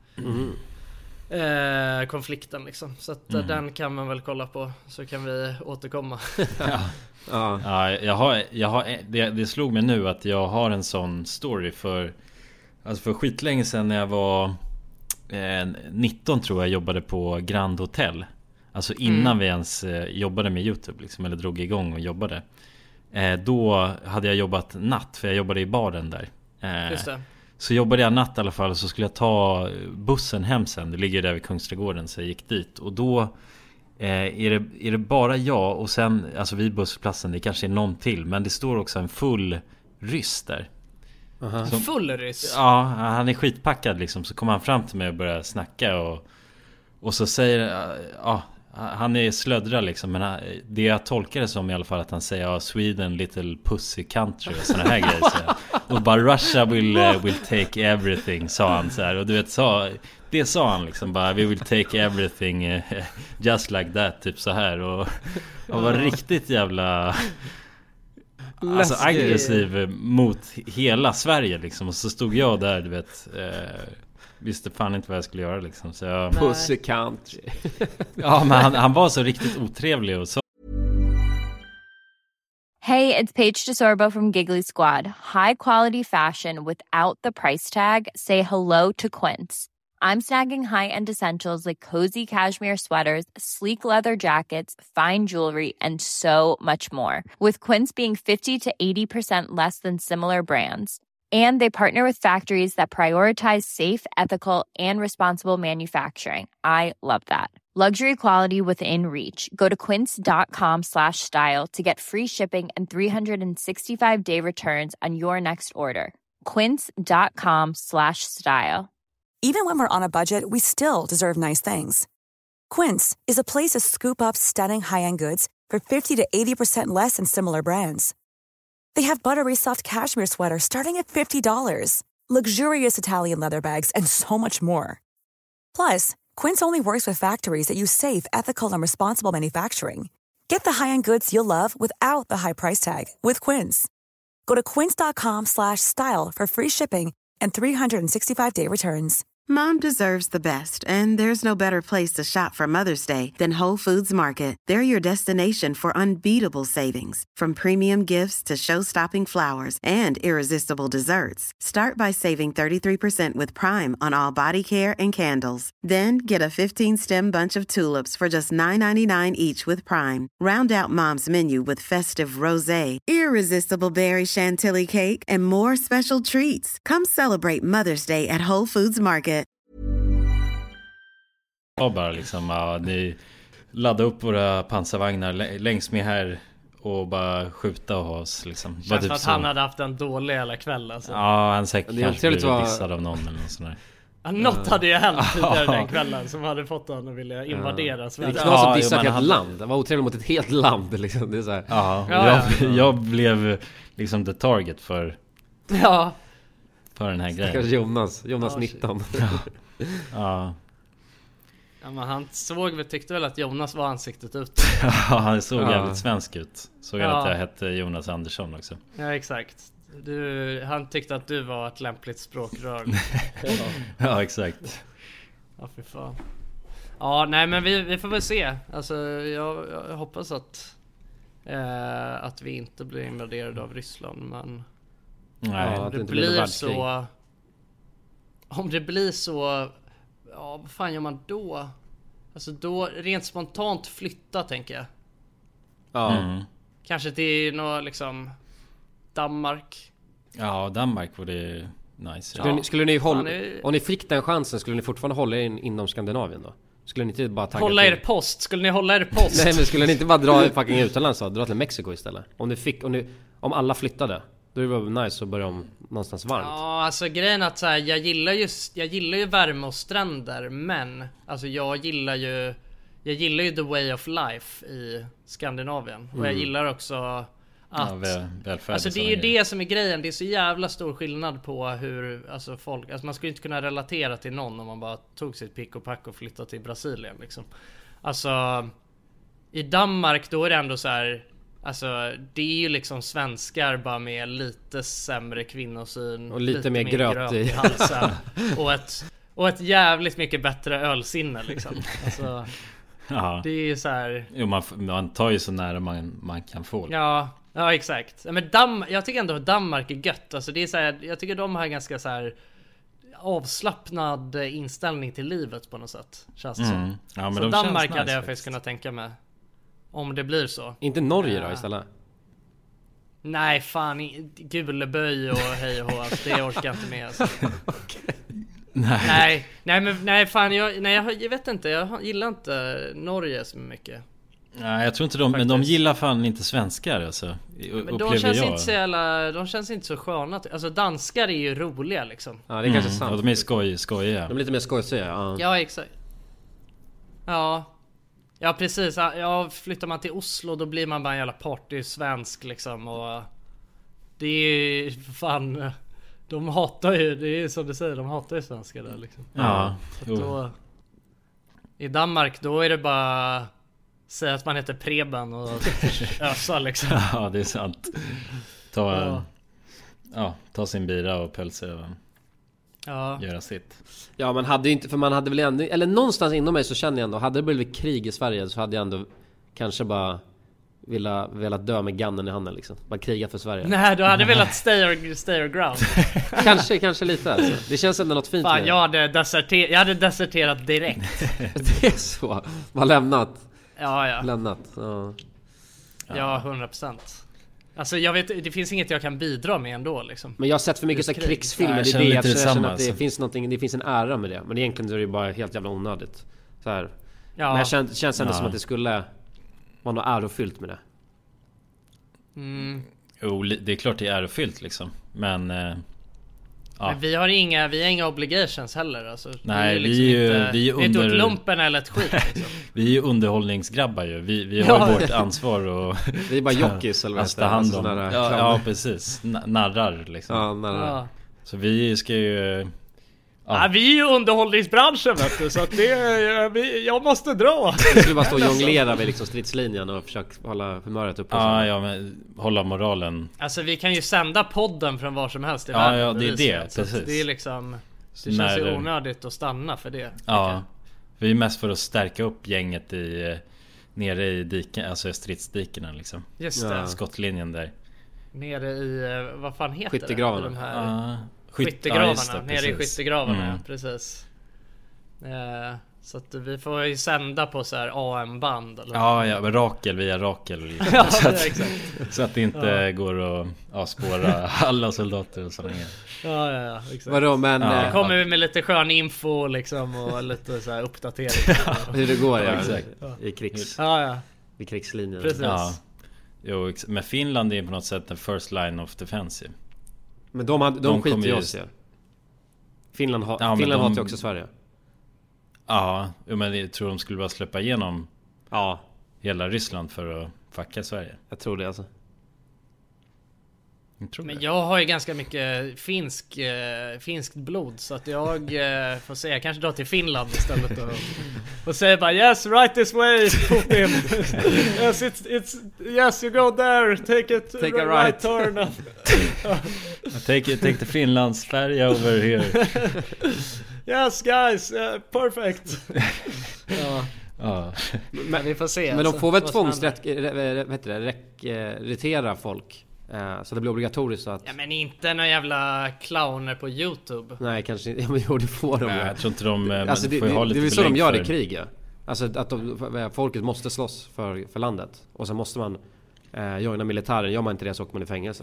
konflikten liksom. Så att den kan man väl kolla på, så kan vi återkomma. Det slog mig nu att jag har en sån story för skitlänge sedan när jag var 19 tror jag jobbade på Grand Hotel. Alltså innan vi ens jobbade med YouTube liksom, eller drog igång och jobbade. Då hade jag jobbat natt, för jag jobbade i baren där. Just det. Så jobbade jag natt i alla fall, så skulle jag ta bussen hem sen. Det ligger där vid Kungsträdgården, så jag gick dit. Och då är det bara jag och sen, alltså vid bussplatsen, det kanske är någon till. Men det står också en full ryss där. Full ryss? Ja, han är skitpackad liksom. Så kommer han fram till mig och börjar snacka. Och så säger, han är slödra liksom. Men det jag tolkar det som i alla fall att han säger Sweden little pussy country och såna här grejer. Och bara Russia will take everything, sa han så här. Och du vet, det sa han liksom bara, we will take everything just like that, typ så här. Och var riktigt jävla alltså aggressiv mot hela Sverige liksom. Och så stod jag där, du vet, visste fan inte vad jag skulle göra liksom. Så jag... Pussy country. Ja, men han var så riktigt otrevlig och så. Hey, it's Paige DeSorbo from Giggly Squad. High quality fashion without the price tag. Say hello to Quince. I'm snagging high-end essentials like cozy cashmere sweaters, sleek leather jackets, fine jewelry, and so much more. With Quince being 50 to 80% less than similar brands. And they partner with factories that prioritize safe, ethical, and responsible manufacturing. I love that. Luxury quality within reach. Go to quince.com/style to get free shipping and 365-day returns on your next order. Quince.com/style. Even when we're on a budget, we still deserve nice things. Quince is a place to scoop up stunning high-end goods for 50 to 80% less than similar brands. They have buttery soft cashmere sweaters starting at $50, luxurious Italian leather bags, and so much more. Plus, Quince only works with factories that use safe, ethical, and responsible manufacturing. Get the high-end goods you'll love without the high price tag with Quince. Go to quince.com/style for free shipping and 365-day returns. Mom deserves the best, and there's no better place to shop for Mother's Day than Whole Foods Market. They're your destination for unbeatable savings, from premium gifts to show-stopping flowers and irresistible desserts. Start by saving 33% with Prime on all body care and candles. Then get a 15-stem bunch of tulips for just $9.99 each with Prime. Round out Mom's menu with festive rosé, irresistible berry chantilly cake, and more special treats. Come celebrate Mother's Day at Whole Foods Market. Och bara liksom, ni laddar upp våra pansarvagnar längs med här och bara skjuta och ha oss liksom. Känns typ att han hade haft en dålig jävla kväll alltså. Ja, han säkert kanske blivit dissad av någon eller något sånt där. Ja, något hade ju hänt tidigare den kvällen som hade fått honom att vilja invadera Sverige. Det är någon som dissat ett land. Han var otrevlig mot ett helt land liksom. Det är så här. Jag blev liksom the target för den här grejen. Kanske Jonas 19. Ja. Ja, men han tyckte väl att Jonas var ansiktet ut. Ja, han såg jävligt svensk ut. Såg att jag hette Jonas Andersson också. Ja, exakt. Han tyckte att du var ett lämpligt språkrör. Ja, exakt. Ja, för fan. Ja, nej men vi får väl se. Alltså jag hoppas att vi inte blir invaderade av Ryssland, men nej, om det blir så, ja, vad fan gör man då? Alltså då rent spontant flytta, tänker jag. Ja. Kanske till något liksom Danmark. Ja, Danmark var det nice. Skulle ni hålla, om ni fick den chansen, skulle ni fortfarande hålla er inom Skandinavien då? Skulle ni inte bara tagga hålla er post? Skulle ni hålla er post? Nej, men skulle ni inte bara dra fucking utomlands då? Dra till Mexiko istället? Om alla flyttade, då var det nice att börja om någonstans varmt. Ja, alltså grejen att så här, jag gillar ju värme och stränder, men alltså jag gillar ju the way of life i Skandinavien. Och jag gillar också att alltså det är ju det som är grejen. Det är så jävla stor skillnad på hur alltså folk, alltså man skulle inte kunna relatera till någon om man bara tog sitt pick och pack och flyttade till Brasilien liksom. Alltså i Danmark då är det ändå så här, alltså det är ju liksom svenskar bara med lite sämre kvinnosyn och lite mer gröt i halsen och ett jävligt mycket bättre ölsinne liksom. Alltså ja. Det är ju så här. Jo, man tar ju så nära man kan få. Ja, exakt. Men jag tycker ändå att Danmark är gött. Alltså det är så här, jag tycker de har en ganska så här avslappnad inställning till livet på något sätt, känns det som. Ja, men så Danmark hade jag faktiskt kunnat tänka mig om det blir så. Inte Norge då istället? Nej, fan, Guleböj och hej och hå, det orkar jag inte med alltså. Nej, fan, jag vet inte. Jag gillar inte Norge så mycket. Nej, jag tror inte men de gillar fan inte svenskar alltså. Men de känns inte så sköna. Alltså danskar är ju roliga liksom. Ja, det är kanske sant. Och de är skojiga. De är lite mer skojsiga, ja, exakt. Ja, precis. Ja, flyttar man till Oslo då blir man bara en jävla party-svensk liksom. Och det är fan, de hatar ju, det är som du säger, de hatar ju svenskar där liksom. Ja. Då, i Danmark då är det bara säga att man heter Preben och ösa liksom. Ja, det är sant. Ta sin bira och pölse och göra sitt. Ja, man hade inte, för man hade väl ändå, eller någonstans inom mig så känner jag ändå, hade det blivit krig i Sverige så hade jag ändå kanske bara velat dö med gunnen i handen liksom. Bara kriga för Sverige. Nej, du hade velat stay your ground. kanske lite alltså. Det känns ändå något fint. Fan, jag hade deserterat direkt. Det är så. Man lämnat. Ja. Lämnat. Ja, 100%. Alltså jag vet, det finns inget jag kan bidra med ändå liksom. Men jag har sett för mycket så krigsfilmer. Jag känner att det finns någonting, det finns en ära med det. Men egentligen är det bara helt jävla onödigt så här. Men jag känns ändå som att det skulle vara något ärofyllt med det. Jo, det är klart det är ärofyllt liksom. Men men vi har inga obligations heller alltså. Nej, vi är inte ett lumpen eller ett skit liksom. Vi är ju underhållningsgrabbar ju. Vi har ju vårt ansvar och vi är bara jockeys eller vad hand om. Ja, precis. Narrar liksom. Ja, narrar. Så vi ska ju vi är ju underhållningsbranschen vet du, så att jag måste dra. Vi skulle bara stå och jonglera vid liksom stridslinjen och försöka hålla humöret uppe. Ja, men hålla moralen. Alltså vi kan ju sända podden från var som helst i världen. Ja, det är det, precis. Det är liksom, det känns ju onödigt att stanna för det. Ja, vi är mest för att stärka upp gänget nere i diken, alltså stridsdikena liksom. Just det. Skottlinjen där. Nere i, vad fan heter Skyttegravarna. det? De här skyttegravarna, nere i skyttegravarna, precis. Så att vi får ju sända på så här AM-band eller men Rakel via Rakel så att det inte går att spåra alla soldater och sådär. Ja, exakt. Vadå, men det kommer vi med lite skön info liksom och lite så här uppdatering hur det går exakt. I krigslinjen. Precis. Ja. Jo, men Finland är på något sätt den first line of defense. Men de skiter ju oss. Finland hatar ju också Sverige. Ja, men jag tror de skulle bara släppa igenom hela Ryssland för att fucka Sverige. Jag tror det alltså. Jag har ju ganska mycket finskt blod, så att jag får säga, jag kanske drar till Finland istället och säger bara yes, right this way Putin. Yes, yes, you go there, take a right turn. Take the Finlands färja over here. Yes guys, perfect. Ja. Men vi får se. Men de får väl tvångsrekrytera folk. Så det blir obligatoriskt så att... Ja, men inte några jävla clowner på YouTube. Nej, kanske inte. Ja, men jo, det får de. Nej, jag tror inte de... Alltså, det är väl så de gör i krig, ja. Alltså att folket måste slåss för landet. Och sen måste man joina militären. Gör man inte det så åker man i fängelse.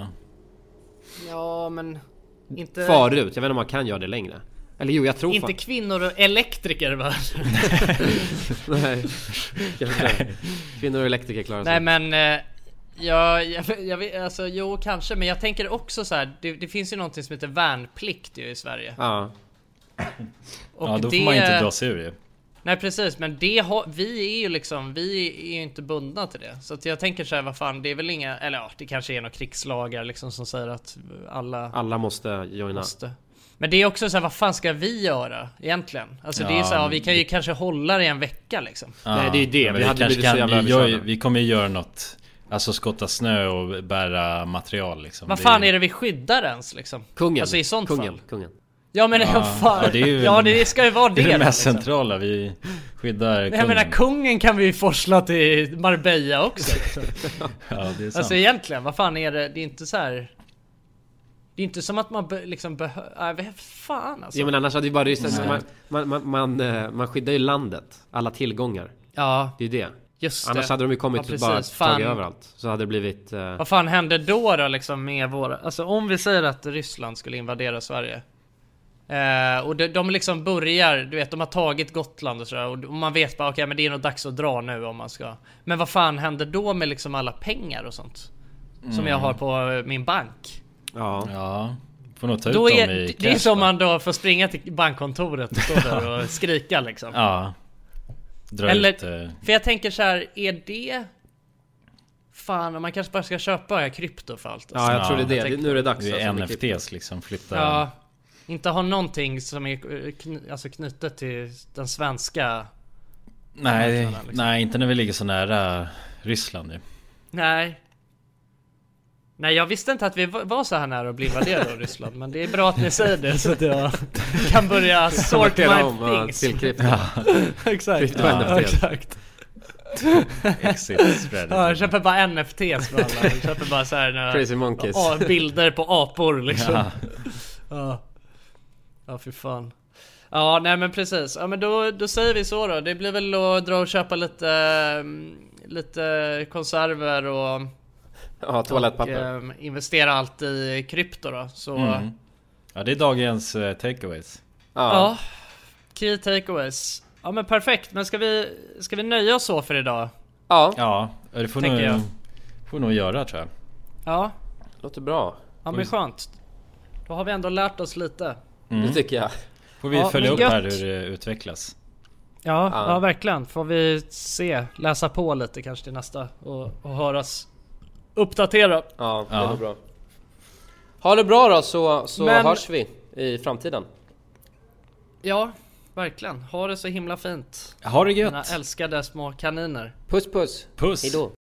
Ja, men... Inte... Förut, jag vet inte om man kan göra det längre. Eller jo, jag tror inte kvinnor och elektriker, va? Nej. Kvinnor och elektriker klarar sig. Nej, men... jag vet, alltså, jo, kanske. Men jag tänker också så här, det finns ju någonting som heter värnplikt ju i Sverige. Ja. Och ja, då får man inte dra sig ur det. Nej, precis. Men vi är ju liksom, vi är ju inte bundna till det. Så att jag tänker så här, vad fan, det är väl inga... Eller ja, det kanske är några krigslagar liksom som säger att alla måste joina. Men det är också så här, vad fan ska vi göra egentligen? Alltså det är så här, vi kan ju kanske hålla det i en vecka liksom. Nej, det är det. Vi kommer ju göra något. Alltså skotta snö och bära material liksom. Vad fan är det vi skyddar ens liksom? Kungen. Alltså i sånt fall. Kungen. Ja, men fan. Det ska ju vara det. Det är det mest liksom centrala, vi skyddar kungen. Jag menar, kungen kan vi ju forsla till Marbella också. Ja, det är sant. Alltså egentligen, vad fan är det? Det är inte så här. Det är inte som att man liksom behöver... fan alltså. Ja, men annars hade ju bara Ryssland... Man skyddar ju landet. Alla tillgångar. Ja. Det är det. Just det. Annars hade de ju kommit och bara tagit överallt. Så hade det blivit... Vad fan hände då liksom med våra... Alltså om vi säger att Ryssland skulle invadera Sverige. Och de liksom börjar... Du vet, de har tagit Gotland och sådär. Och man vet bara, okej, men det är nog dags att dra nu om man ska... Men vad fan händer då med liksom alla pengar och sånt? Som jag har på min bank. Ja. Får nog ta ut då dem är, i cash, det är som man då får springa till bankkontoret och stå där och skrika liksom. Ja. Eller, för jag tänker så här, är det... Fan, man kanske bara ska köpa krypto för allt. Ja, jag tror det är det. Nu är det dags. Det är NFTs liksom, flytta... Ja, inte ha någonting som är alltså knutet till den svenska... Nej, liksom. Nej, inte när vi ligger så nära Ryssland nu. Nej, jag visste inte att vi var så här nära att bli invaderade av Ryssland. Men det är bra att ni säger det så att jag kan börja sort my things. Till krypto. Exakt. Exakt. Exit strategy. Ja, jag köper bara NFTs för alla. Jag köper bara så här Crazy monkeys. Bilder på apor liksom. Ja, för fan. Ja, nej men precis. Ja, men då säger vi så då. Det blir väl att dra och köpa lite konserver och toalettpapper. Investera allt i krypto då. Så ja, det är dagens takeaways. Ja. Key takeaways. Ja, men perfekt. Men ska vi nöja oss så för idag? Ja, det får nog göra, tror jag. Ja. Låter bra. Ja, men skönt. Då har vi ändå lärt oss lite. Det tycker jag. Får vi följa upp här hur det utvecklas. Ja, verkligen. Får vi läsa på lite kanske till nästa och höras uppdatera. Ja, det är bra. Ha det bra då, så hörs vi i framtiden. Ja, verkligen. Ha det så himla fint. Ha det gött. Mina älskade små kaniner. Puss. Puss. Hejdå.